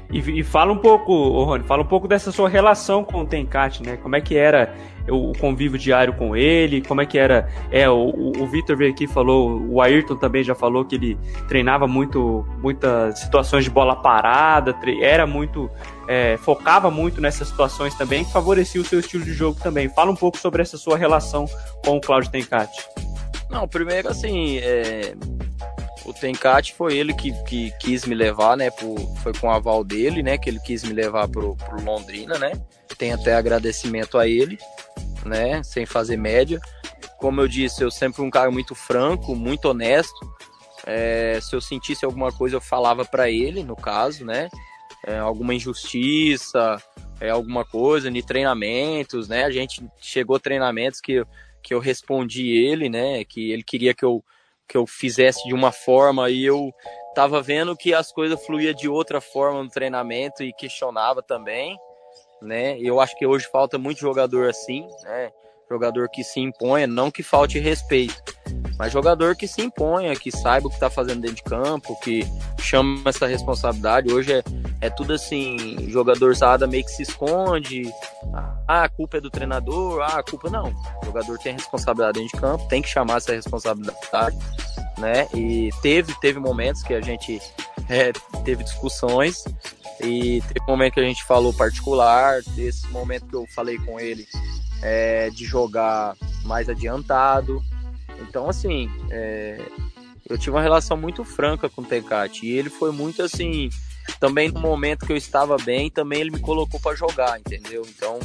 E fala um pouco, Rony, fala um pouco dessa sua relação com o Tencati, né? Como é que era o convívio diário com ele, como é que era... O Vitor veio aqui e falou, o Ayrton também já falou que ele treinava muitas situações de bola parada, era muito... focava muito nessas situações também, que favorecia o seu estilo de jogo também. Fala um pouco sobre essa sua relação com o Cláudio Tencati. Não, primeiro assim, o Tencati foi ele que quis me levar, né? Foi com o aval dele, né? Que ele quis me levar pro Londrina, né? Tem até agradecimento a ele, né? Sem fazer média. Como eu disse, eu sempre fui um cara muito franco, muito honesto. Se eu sentisse alguma coisa, eu falava para ele, no caso, né? Alguma injustiça, alguma coisa, de treinamentos, né? A gente chegou a treinamentos que eu respondi ele, né? Que ele queria que eu fizesse de uma forma e eu tava vendo que as coisas fluíam de outra forma no treinamento e questionava também, né? Eu acho que hoje falta muito jogador assim, né? Jogador que se imponha, não que falte respeito, mas jogador que se imponha, que saiba o que tá fazendo dentro de campo, que chama essa responsabilidade. Hoje é tudo assim, jogador sabe, meio que se esconde, a culpa é do treinador, a culpa não. O jogador tem responsabilidade dentro de campo, tem que chamar essa responsabilidade, né? E teve momentos que a gente teve discussões, e teve um momento que a gente falou particular, desse momento que eu falei com ele, de jogar mais adiantado. Então, assim, eu tive uma relação muito franca com o Tencati, e ele foi muito assim, também no momento que eu estava bem, também ele me colocou para jogar, entendeu? Então,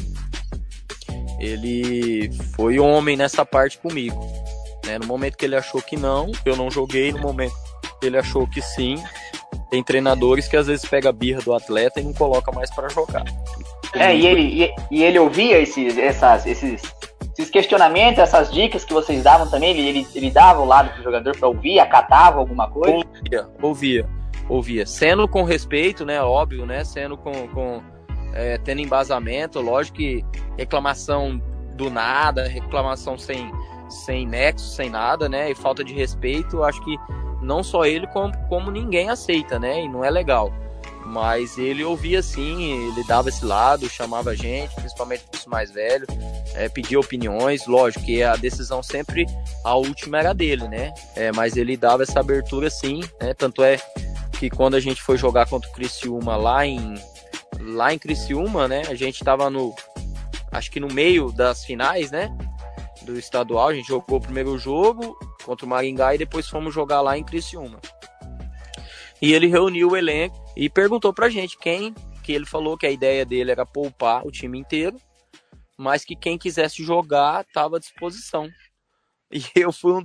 ele foi homem nessa parte comigo, né? No momento que ele achou que não, eu não joguei. No momento que ele achou que sim, tem treinadores que às vezes pega a birra do atleta e não coloca mais para jogar. E ele ouvia esses questionamentos, essas dicas que vocês davam também, ele dava o lado pro jogador para ouvir, acatava alguma coisa? Ouvia. Sendo com respeito, né, óbvio, né, sendo tendo embasamento, lógico que reclamação do nada, reclamação sem nexo, sem nada, né, e falta de respeito, acho que não só ele, como ninguém aceita, né, e não é legal. Mas ele ouvia sim, ele dava esse lado, chamava a gente, principalmente os mais velhos, pedia opiniões. Lógico que a decisão sempre, a última era dele, né? Mas ele dava essa abertura sim, né? Tanto é que quando a gente foi jogar contra o Criciúma lá em Criciúma, né? A gente tava acho que no meio das finais, né? Do estadual, a gente jogou o primeiro jogo contra o Maringá e depois fomos jogar lá em Criciúma. E ele reuniu o elenco e perguntou pra gente que ele falou que a ideia dele era poupar o time inteiro, mas que quem quisesse jogar estava à disposição. E eu fui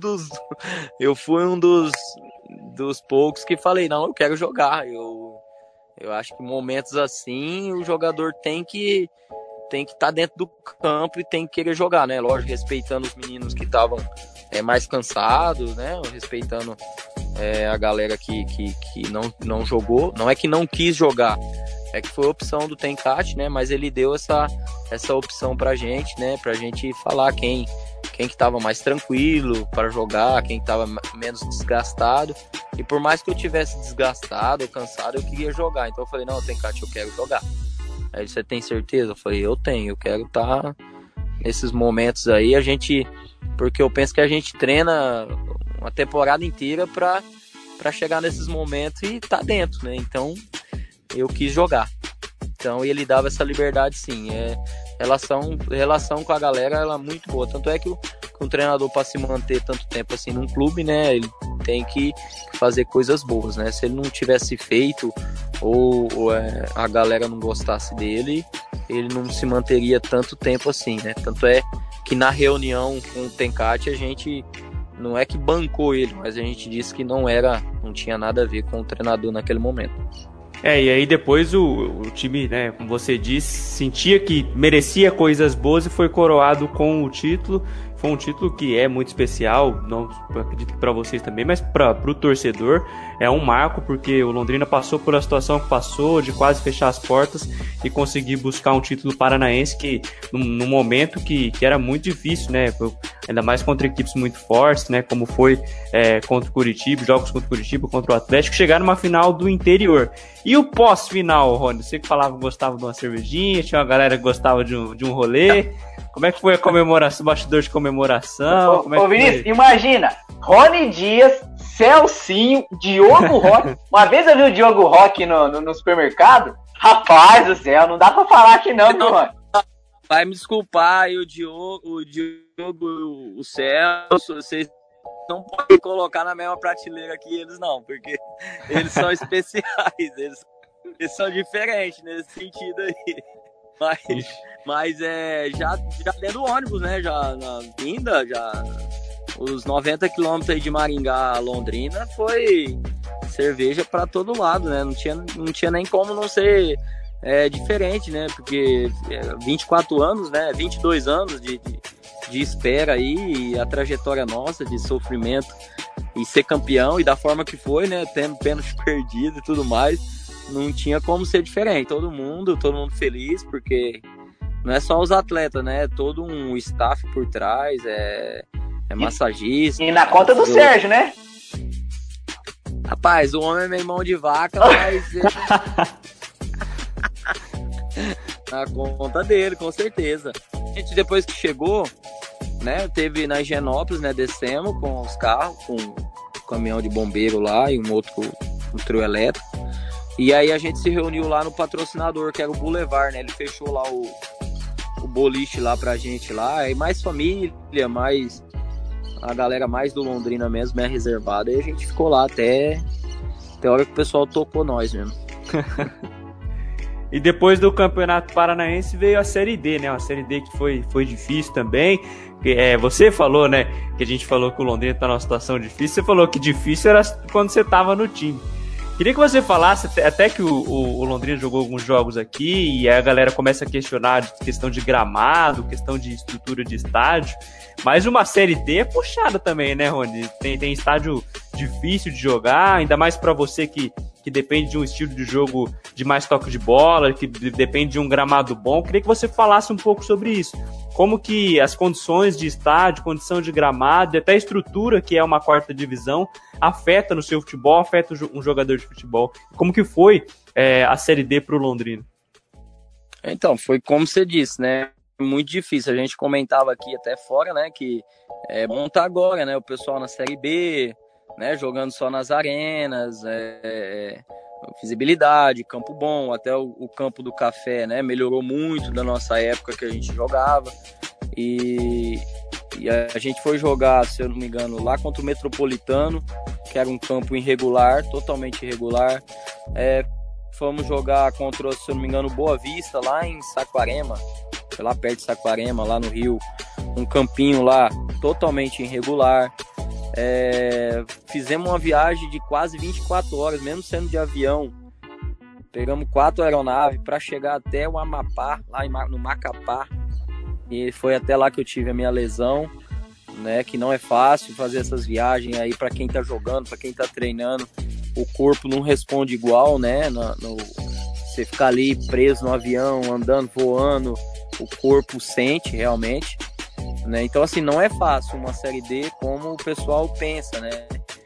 um dos poucos que falei, não, eu quero jogar. Eu acho que momentos assim o jogador tem que estar dentro do campo e tem que querer jogar, né? Lógico, respeitando os meninos que estavam mais cansados, né? Respeitando a galera que não jogou. Não é que não quis jogar, é que foi a opção do Tencati, né? Mas ele deu essa opção pra gente, né? Pra gente falar quem que tava mais tranquilo para jogar, quem tava menos desgastado. E por mais que eu tivesse desgastado ou cansado, eu queria jogar. Então eu falei, não, Tencati, eu quero jogar. Aí você tem certeza? Eu falei, eu tenho, eu quero estar nesses momentos aí, porque eu penso que a gente treina uma temporada inteira para chegar nesses momentos e tá dentro, né? Então eu quis jogar. Então ele dava essa liberdade sim. Relação com a galera, ela é muito boa. Tanto é que um treinador, para se manter tanto tempo assim num clube, né, ele tem que fazer coisas boas, né? Se ele não tivesse feito ou a galera não gostasse dele, ele não se manteria tanto tempo assim, né? Tanto é que na reunião com o Tencati a gente não é que bancou ele, mas a gente disse que não tinha nada a ver com o treinador naquele momento. E aí depois o time, né, como você disse, sentia que merecia coisas boas e foi coroado com o título. Foi um título que é muito especial, não acredito que para vocês também, mas para o torcedor é um marco, porque o Londrina passou por a situação que passou, de quase fechar as portas e conseguir buscar um título paranaense que num momento que era muito difícil, né? Ainda mais contra equipes muito fortes, né? Como foi contra o Curitiba, jogos contra o Curitiba, contra o Atlético, chegar numa final do interior. E o pós-final, Rony? Você que falava que gostava de uma cervejinha, tinha uma galera que gostava de um rolê. Como é que foi a comemoração, bastidor de comemoração? Ô Vinícius, imagina, Rony Dias, Celcinho, Diogo Roque. Uma vez eu vi o Diogo Roque no supermercado. Rapaz do céu, não dá pra falar que não, viu, Rony? Vai me desculpar aí o Diogo, o Celso, vocês não podem colocar na mesma prateleira que eles não, porque eles são especiais, eles são diferentes nesse sentido aí. Mas já dentro do ônibus, né? Já na vinda, os 90 quilômetros aí de Maringá a Londrina foi cerveja para todo lado, né? Não tinha nem como não ser diferente, né? Porque 24 anos, né? 22 anos de espera aí, e a trajetória nossa de sofrimento e ser campeão, e da forma que foi, né? Tendo pênalti perdido e tudo mais, não tinha como ser diferente. Todo mundo feliz, porque não é só os atletas, né? Todo um staff por trás, é massagista. E na conta do Sérgio, né? Rapaz, o homem é meio mão de vaca, mas... na conta dele, com certeza. A gente, depois que chegou, né? Teve na Higienópolis, né? Descemos com os carros, com um caminhão de bombeiro lá e um trio elétrico. E aí a gente se reuniu lá no patrocinador, que era o Boulevard, né? Ele fechou lá o boliche lá pra gente lá, e mais família, mais a galera mais do Londrina mesmo, reservada, e a gente ficou lá até a hora que o pessoal tocou nós mesmo. E depois do Campeonato Paranaense veio a Série D, né? Uma Série D que foi difícil também. Você falou, né? Que a gente falou que o Londrina tá numa situação difícil. Você falou que difícil era quando você tava no time. Queria que você falasse, até que o Londrina jogou alguns jogos aqui, e aí a galera começa a questionar questão de gramado, questão de estrutura de estádio, mas uma Série D é puxada também, né, Rony? Tem estádio difícil de jogar, ainda mais para você que depende de um estilo de jogo de mais toque de bola, que depende de um gramado bom. Queria que você falasse um pouco sobre isso. Como que as condições de estádio, condição de gramado, e até a estrutura, que é uma quarta divisão, afeta no seu futebol, afeta um jogador de futebol. Como que foi a Série D para o Londrina? Então, foi como você disse, né? Muito difícil. A gente comentava aqui até fora, né? Que bom tá agora, né? O pessoal na Série B, né? Jogando só nas arenas, visibilidade, campo bom, até o campo do Café, né? Melhorou muito da nossa época que a gente jogava. E a gente foi jogar, se eu não me engano, lá contra o Metropolitano, que era um campo irregular, totalmente irregular. Fomos jogar contra, se eu não me engano, Boa Vista, lá em Saquarema, lá perto de Saquarema, lá no Rio. Um campinho lá totalmente irregular. Fizemos uma viagem de quase 24 horas, mesmo sendo de avião. Pegamos 4 aeronaves para chegar até o Amapá, lá no Macapá. E foi até lá que eu tive a minha lesão, né? Que não é fácil fazer essas viagens aí para quem tá jogando, para quem tá treinando. O corpo não responde igual, né? Você ficar ali preso no avião, andando, voando, o corpo sente realmente, né? Então, assim, não é fácil uma Série D como o pessoal pensa, né?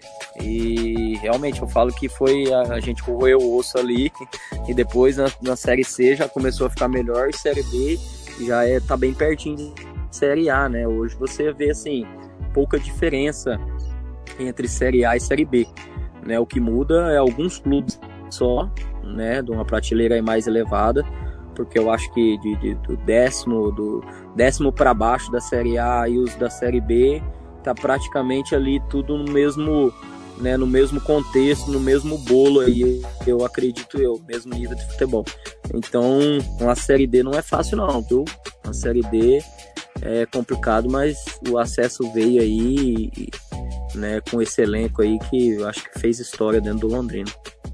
E realmente eu falo que a gente roeu o osso ali, e depois na Série C já começou a ficar melhor, e Série B já tá bem pertinho de Série A, né? Hoje você vê, assim, pouca diferença entre Série A e Série B, né? O que muda é alguns clubes só, né? De uma prateleira aí mais elevada, porque eu acho que do décimo para baixo da Série A e os da Série B tá praticamente ali tudo no mesmo, né, no mesmo contexto, no mesmo bolo aí, eu acredito mesmo nível de futebol. Então, uma Série D não é fácil não, viu? Uma Série D é complicado, mas o acesso veio aí, né, com esse elenco aí que eu acho que fez história dentro do Londrina.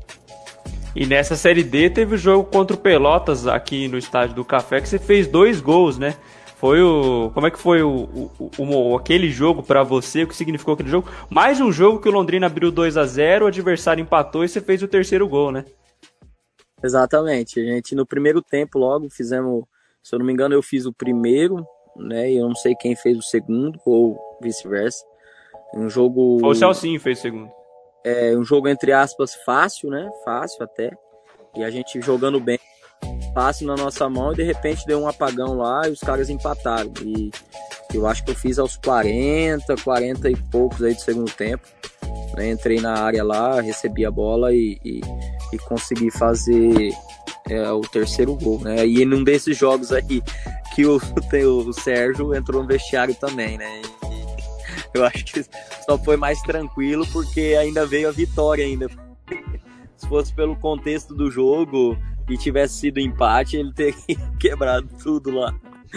E nessa Série D teve o jogo contra o Pelotas aqui no estádio do Café, que você fez 2 gols, né? Como é que foi aquele jogo pra você? O que significou aquele jogo? Mais um jogo que o Londrina abriu 2-0, o adversário empatou e você fez o terceiro gol, né? Exatamente. A gente, no primeiro tempo, logo fizemos... Se eu não me engano, eu fiz o primeiro, né? E eu não sei quem fez o segundo, ou vice-versa. Um jogo... Foi o Celcinho fez o segundo. Um jogo, entre aspas, fácil, né? Fácil até. E a gente jogando bem. Fácil na nossa mão e de repente deu um apagão lá e os caras empataram. E eu acho que eu fiz aos 40 e poucos aí do segundo tempo, né? Entrei na área lá, recebi a bola e consegui fazer o terceiro gol, né? E num desses jogos aí que o Sérgio entrou no vestiário também, né? E eu acho que só foi mais tranquilo porque ainda veio a vitória ainda. Se fosse pelo contexto do jogo e tivesse sido empate, ele teria quebrado tudo lá.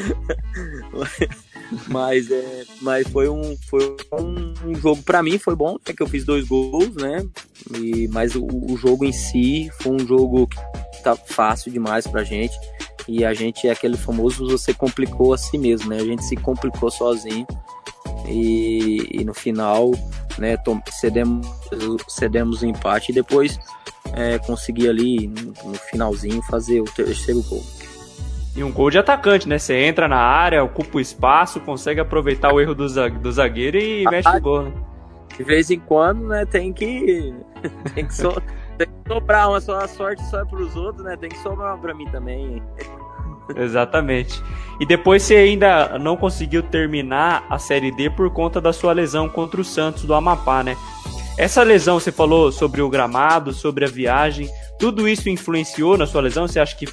Mas foi um jogo, pra mim foi bom, é que eu fiz 2 gols, né? Mas o jogo em si foi um jogo que tá fácil demais pra gente. E a gente é aquele famoso você complicou a si mesmo, né? A gente se complicou sozinho. E no final, né, cedemos o empate e depois consegui ali no finalzinho fazer o terceiro gol. E um gol de atacante, né? Você entra na área, ocupa o espaço, consegue aproveitar o erro do zagueiro e mexe o gol, né? De vez em quando, né, tem que sobrar uma, só a sorte só é pros outros, né? Tem que sobrar pra mim também. Exatamente. E depois você ainda não conseguiu terminar a Série D por conta da sua lesão contra o Santos do Amapá, né? Essa lesão, você falou sobre o gramado, sobre a viagem, tudo isso influenciou na sua lesão? Você acha que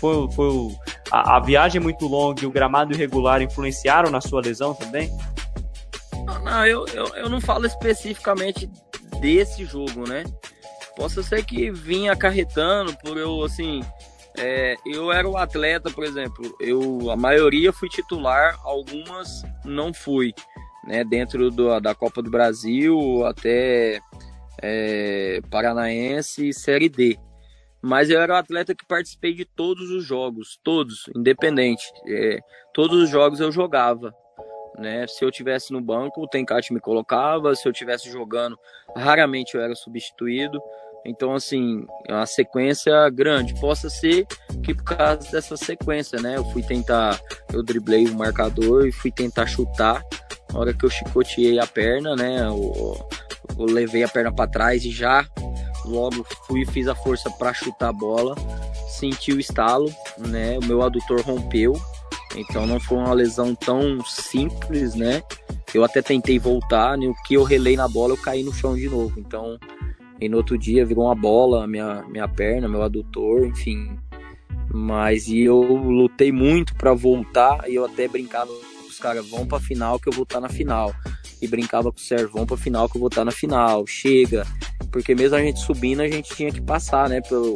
a viagem muito longa e o gramado irregular influenciaram na sua lesão também? Não, eu não falo especificamente desse jogo, né? Possa ser que vinha acarretando por eu, assim... eu era o atleta, por exemplo, a maioria fui titular, algumas não fui, né? Dentro da Copa do Brasil até Paranaense e Série D. Mas eu era o atleta que participei de todos os jogos, todos, independente. Todos os jogos eu jogava, né? Se eu tivesse no banco, o Tencate me colocava, se eu tivesse jogando, raramente eu era substituído. Então, assim, é uma sequência grande. Possa ser que por causa dessa sequência, né? Eu driblei o marcador e fui tentar chutar. Na hora que eu chicoteei a perna, né? Eu levei a perna para trás e já logo fiz a força para chutar a bola. Senti o estalo, né? O meu adutor rompeu. Então não foi uma lesão tão simples, né? Eu até tentei voltar, né? O que eu relei na bola, eu caí no chão de novo. Então... E no outro dia virou uma bola, minha perna, meu adutor, enfim. Mas eu lutei muito pra voltar e eu até brincava com os caras, vão pra final que eu vou estar na final. E brincava com o Sérgio, vão pra final que eu vou estar na final, chega. Porque mesmo a gente subindo, a gente tinha que passar, né, pelo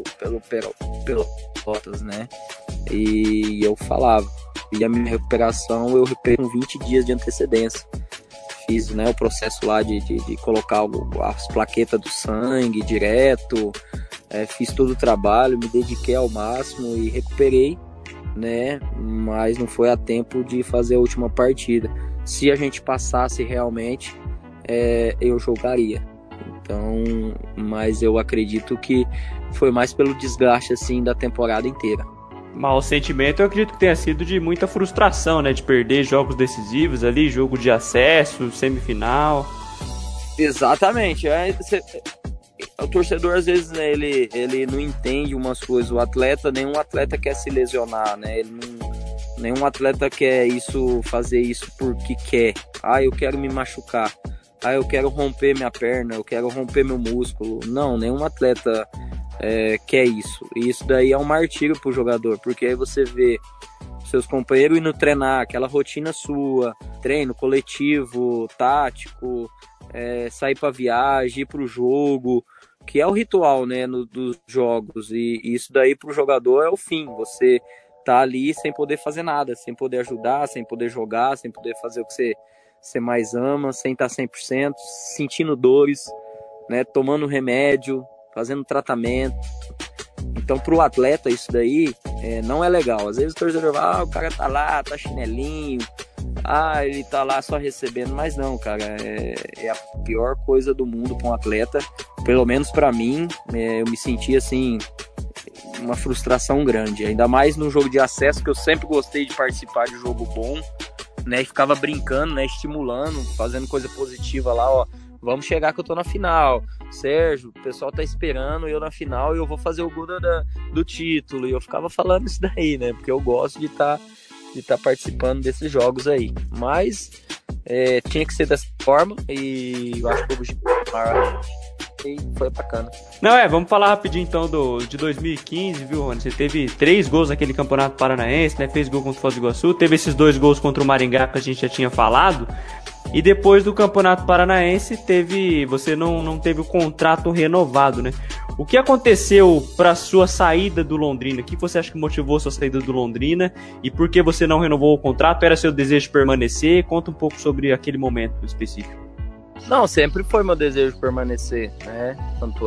Pelotas, né. E eu falava. E a minha recuperação, eu recuperei com 20 dias de antecedência. Fiz, né, o processo lá de colocar as plaquetas do sangue direto, fiz todo o trabalho, me dediquei ao máximo e recuperei, né, mas não foi a tempo de fazer a última partida. Se a gente passasse realmente, eu jogaria. Então, mas eu acredito que foi mais pelo desgaste assim da temporada inteira. Mas o sentimento eu acredito que tenha sido de muita frustração, né? De perder jogos decisivos ali, jogo de acesso, semifinal. Exatamente. O torcedor, às vezes, né, ele não entende umas coisas. Nenhum atleta quer se lesionar, né? Nenhum atleta quer fazer isso porque quer. Eu quero me machucar. Eu quero romper minha perna, eu quero romper meu músculo. Não, nenhum atleta... quer isso. E isso daí é um martírio pro jogador, porque aí você vê seus companheiros indo treinar, aquela rotina sua, treino coletivo, tático, sair pra viagem, ir pro jogo, que é o ritual, né, dos jogos. E isso daí pro jogador é o fim. Você tá ali sem poder fazer nada, sem poder ajudar, sem poder jogar, sem poder fazer o que você mais ama, sem estar 100%, sentindo dores, né, tomando remédio, fazendo tratamento. Então, pro atleta, isso daí não é legal. Às vezes o torcedor fala, o cara tá lá, tá chinelinho, ele tá lá só recebendo, mas não, cara, é a pior coisa do mundo para um atleta, pelo menos para mim. Eu me senti assim, uma frustração grande, ainda mais no jogo de acesso, que eu sempre gostei de participar de jogo bom, né, e ficava brincando, né, estimulando, fazendo coisa positiva lá, ó, vamos chegar que eu tô na final, Sérgio, o pessoal tá esperando eu na final e eu vou fazer o gol do título, e eu ficava falando isso daí, né, porque eu gosto de estar participando desses jogos aí, mas tinha que ser dessa forma, e eu acho que e foi bacana. Não, vamos falar rapidinho então de 2015, viu, Rony? Você teve 3 gols naquele Campeonato Paranaense, né? Fez gol contra o Foz do Iguaçu, teve esses 2 gols contra o Maringá que a gente já tinha falado, e depois do Campeonato Paranaense você não teve o contrato renovado, né? O que aconteceu para sua saída do Londrina? O que você acha que motivou sua saída do Londrina? E por que você não renovou o contrato? Era seu desejo de permanecer? Conta um pouco sobre aquele momento específico. Não, sempre foi meu desejo permanecer, né? Tanto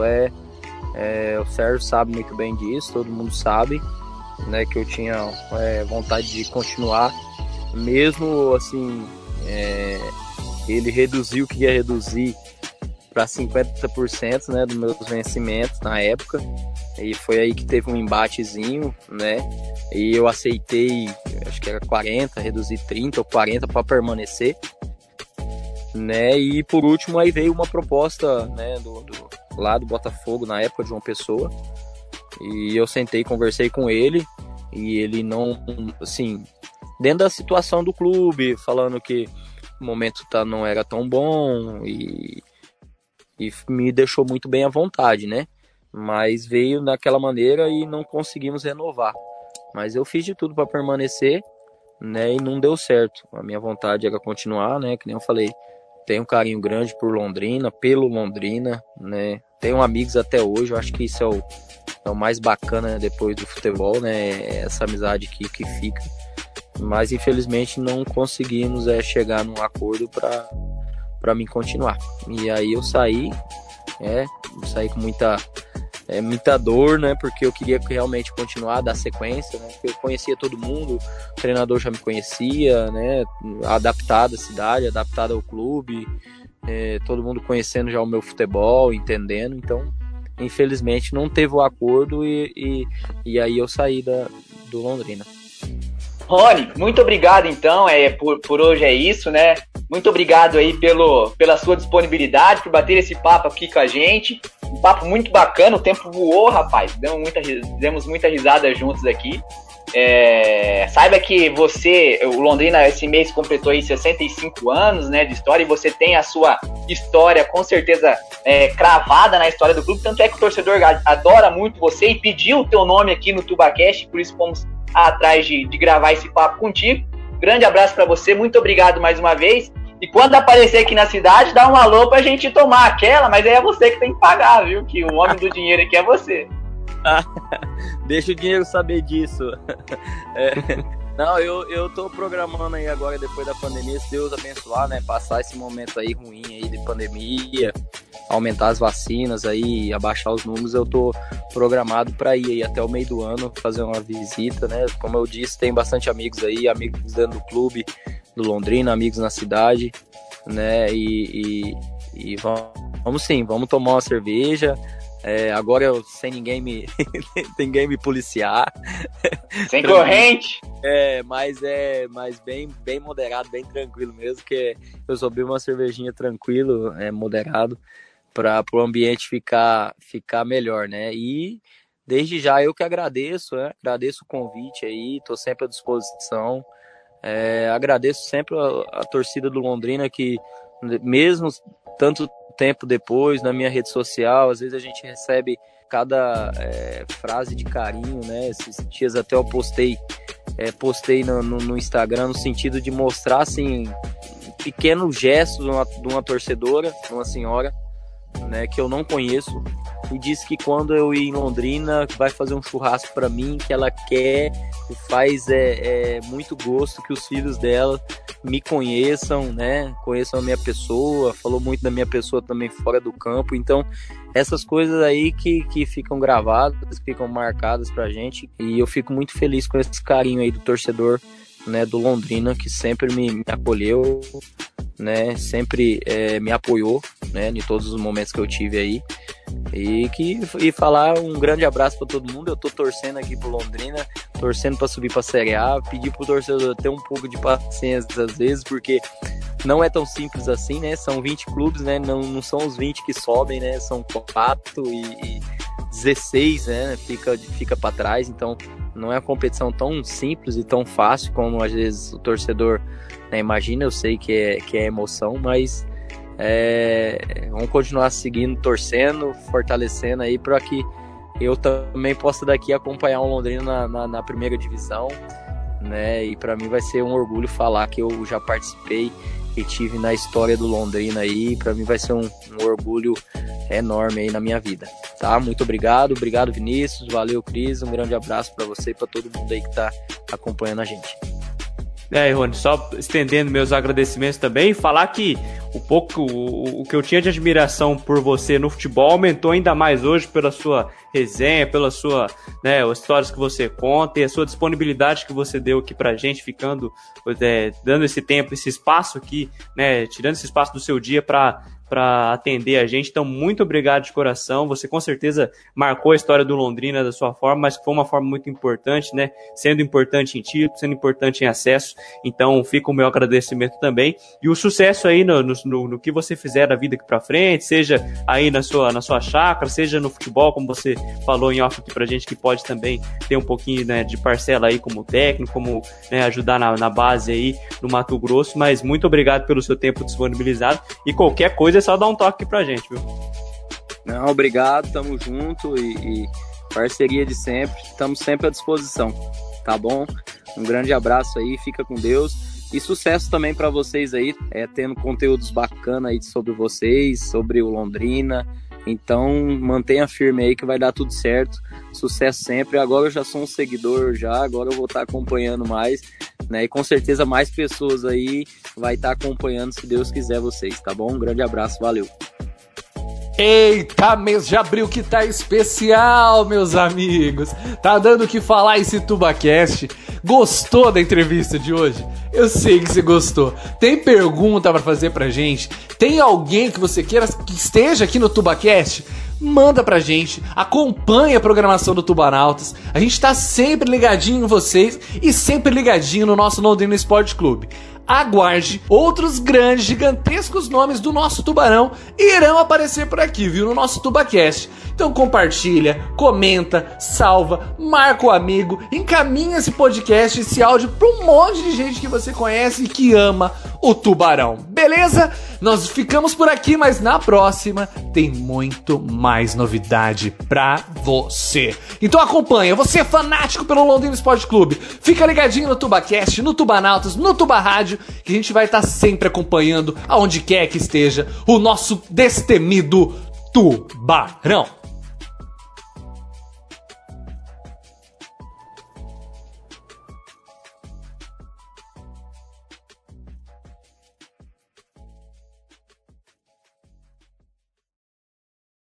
o Sérgio sabe muito bem disso, todo mundo sabe, né? Que eu tinha vontade de continuar, mesmo assim, ele reduziu o que ia reduzir para 50%, né, dos meus vencimentos na época, e foi aí que teve um embatezinho, né? E eu aceitei, acho que era 40, reduzir 30 ou 40 para permanecer, né? E por último aí veio uma proposta, né, lá do Botafogo, na época, de João Pessoa, e eu sentei, conversei com ele, e ele não, assim, dentro da situação do clube, falando que o momento não era tão bom, e me deixou muito bem à vontade, né? Mas veio daquela maneira e não conseguimos renovar, mas eu fiz de tudo para permanecer, né? E não deu certo. A minha vontade era continuar, né? Que nem eu falei, tenho um carinho grande por Londrina, pelo Londrina, né? Tenho amigos até hoje, eu acho que isso é o mais bacana depois do futebol, né? Essa amizade que fica. Mas infelizmente não conseguimos chegar num acordo para mim continuar. E aí eu saí com muita dor, né? Porque eu queria realmente continuar, dar sequência, né? Porque eu conhecia todo mundo, o treinador já me conhecia, né? Adaptado à cidade, adaptado ao clube, todo mundo conhecendo já o meu futebol, entendendo. Então, infelizmente, não teve o acordo e aí eu saí do Londrina. Rony, muito obrigado então, por hoje é isso, né? Muito obrigado aí pela sua disponibilidade, por bater esse papo aqui com a gente. Um papo muito bacana, o tempo voou, rapaz. Demos muita risada juntos aqui. Saiba que o Londrina, esse mês completou aí 65 anos, né, de história, e você tem a sua história com certeza cravada na história do clube. Tanto é que o torcedor adora muito você e pediu o teu nome aqui no TubaCast, por isso fomos atrás de gravar esse papo contigo. Grande abraço para você, muito obrigado mais uma vez. E quando aparecer aqui na cidade, dá um alô pra gente tomar aquela, mas aí é você que tem que pagar, viu? Que o homem do dinheiro aqui é você. Deixa o dinheiro saber disso. Não, eu tô programando aí agora, depois da pandemia, se Deus abençoar, né? Passar esse momento aí ruim aí de pandemia, aumentar as vacinas aí, abaixar os números, eu tô programado para ir aí até o meio do ano, fazer uma visita, né? Como eu disse, tem bastante amigos aí, amigos dentro do clube do Londrina, amigos na cidade, né? E vamos tomar uma cerveja. Agora eu sem ninguém me policiar. Sem corrente. Mas bem moderado, bem tranquilo mesmo, que eu só bebo uma cervejinha tranquilo, moderado, para o ambiente ficar melhor, né? E desde já eu que agradeço o convite aí, tô sempre à disposição. Agradeço sempre a torcida do Londrina, que mesmo tanto tempo depois, na minha rede social, às vezes a gente recebe cada frase de carinho, né? Esses dias até eu postei no Instagram, no sentido de mostrar, assim, pequenos gestos de uma torcedora, uma senhora, né, que eu não conheço, e disse que quando eu ir em Londrina vai fazer um churrasco para mim, que ela quer, e faz muito gosto que os filhos dela me conheçam, né, conheçam a minha pessoa, falou muito da minha pessoa também fora do campo. Então essas coisas aí que ficam gravadas, ficam marcadas pra gente, e eu fico muito feliz com esse carinho aí do torcedor né, do Londrina, que sempre me acolheu, né, sempre me apoiou, né, em todos os momentos que eu tive aí. E falar um grande abraço para todo mundo. Eu tô torcendo aqui pro Londrina, torcendo para subir para a Série A, pedir pro torcedor ter um pouco de paciência às vezes, porque não é tão simples assim, né? São 20 clubes, né? Não são os 20 que sobem, né? São 4 e 16, né? Fica para trás, então não é uma competição tão simples e tão fácil como às vezes o torcedor, né, imagina. Eu sei que é emoção, mas vamos continuar seguindo, torcendo, fortalecendo aí para que eu também possa daqui acompanhar o Londrina na primeira divisão, né? E para mim vai ser um orgulho falar que eu já participei e tive na história do Londrina aí. Para mim vai ser um orgulho enorme aí na minha vida, tá? Muito obrigado Vinícius, valeu Cris, um grande abraço para você e para todo mundo aí que tá acompanhando a gente. Rony, só estendendo meus agradecimentos também, falar que o que eu tinha de admiração por você no futebol aumentou ainda mais hoje pela sua resenha, pela sua, né, as histórias que você conta e a sua disponibilidade que você deu aqui pra gente, ficando, dando esse tempo, esse espaço aqui, né, tirando esse espaço do seu dia para atender a gente. Então, muito obrigado de coração. Você com certeza marcou a história do Londrina da sua forma, mas foi uma forma muito importante, né? Sendo importante em título, sendo importante em acesso. Então, fica o meu agradecimento também. E o sucesso aí no que você fizer da vida aqui pra frente, seja aí na sua chácara, seja no futebol, como você falou em off aqui pra gente, que pode também ter um pouquinho, né, de parcela aí como técnico, como, né, ajudar na base aí no Mato Grosso. Mas muito obrigado pelo seu tempo disponibilizado e qualquer coisa é só dar um toque aqui pra gente, viu? Não, obrigado, tamo junto e parceria de sempre, estamos sempre à disposição, tá bom? Um grande abraço aí, fica com Deus e sucesso também pra vocês aí, tendo conteúdos bacanas aí sobre vocês, sobre o Londrina. Então mantenha firme aí que vai dar tudo certo, sucesso sempre. Agora eu já sou um seguidor agora eu vou estar acompanhando mais, né? E com certeza mais pessoas aí vai estar acompanhando, se Deus quiser, vocês, tá bom? Um grande abraço, valeu! Eita, mês de abril que tá especial, meus amigos. Tá dando o que falar esse TubaCast. Gostou da entrevista de hoje? Eu sei que você gostou. Tem pergunta pra fazer pra gente? Tem alguém que você queira que esteja aqui no TubaCast? Manda pra gente, acompanha a programação do Tubanautas. A gente tá sempre ligadinho em vocês e sempre ligadinho no nosso Londrina Esporte Clube. Aguarde, outros grandes, gigantescos nomes do nosso Tubarão irão aparecer por aqui, viu, no nosso TubaCast. Então compartilha, comenta, salva, marca o amigo, encaminha esse podcast, esse áudio pra um monte de gente que você conhece e que ama o Tubarão. Beleza? Nós ficamos por aqui, mas na próxima tem muito mais novidade pra você. Então acompanha, você é fanático pelo Londrina Esporte Clube, fica ligadinho no TubaCast, no Tubanautas, no Tuba Rádio, que a gente vai estar sempre acompanhando aonde quer que esteja o nosso destemido Tubarão.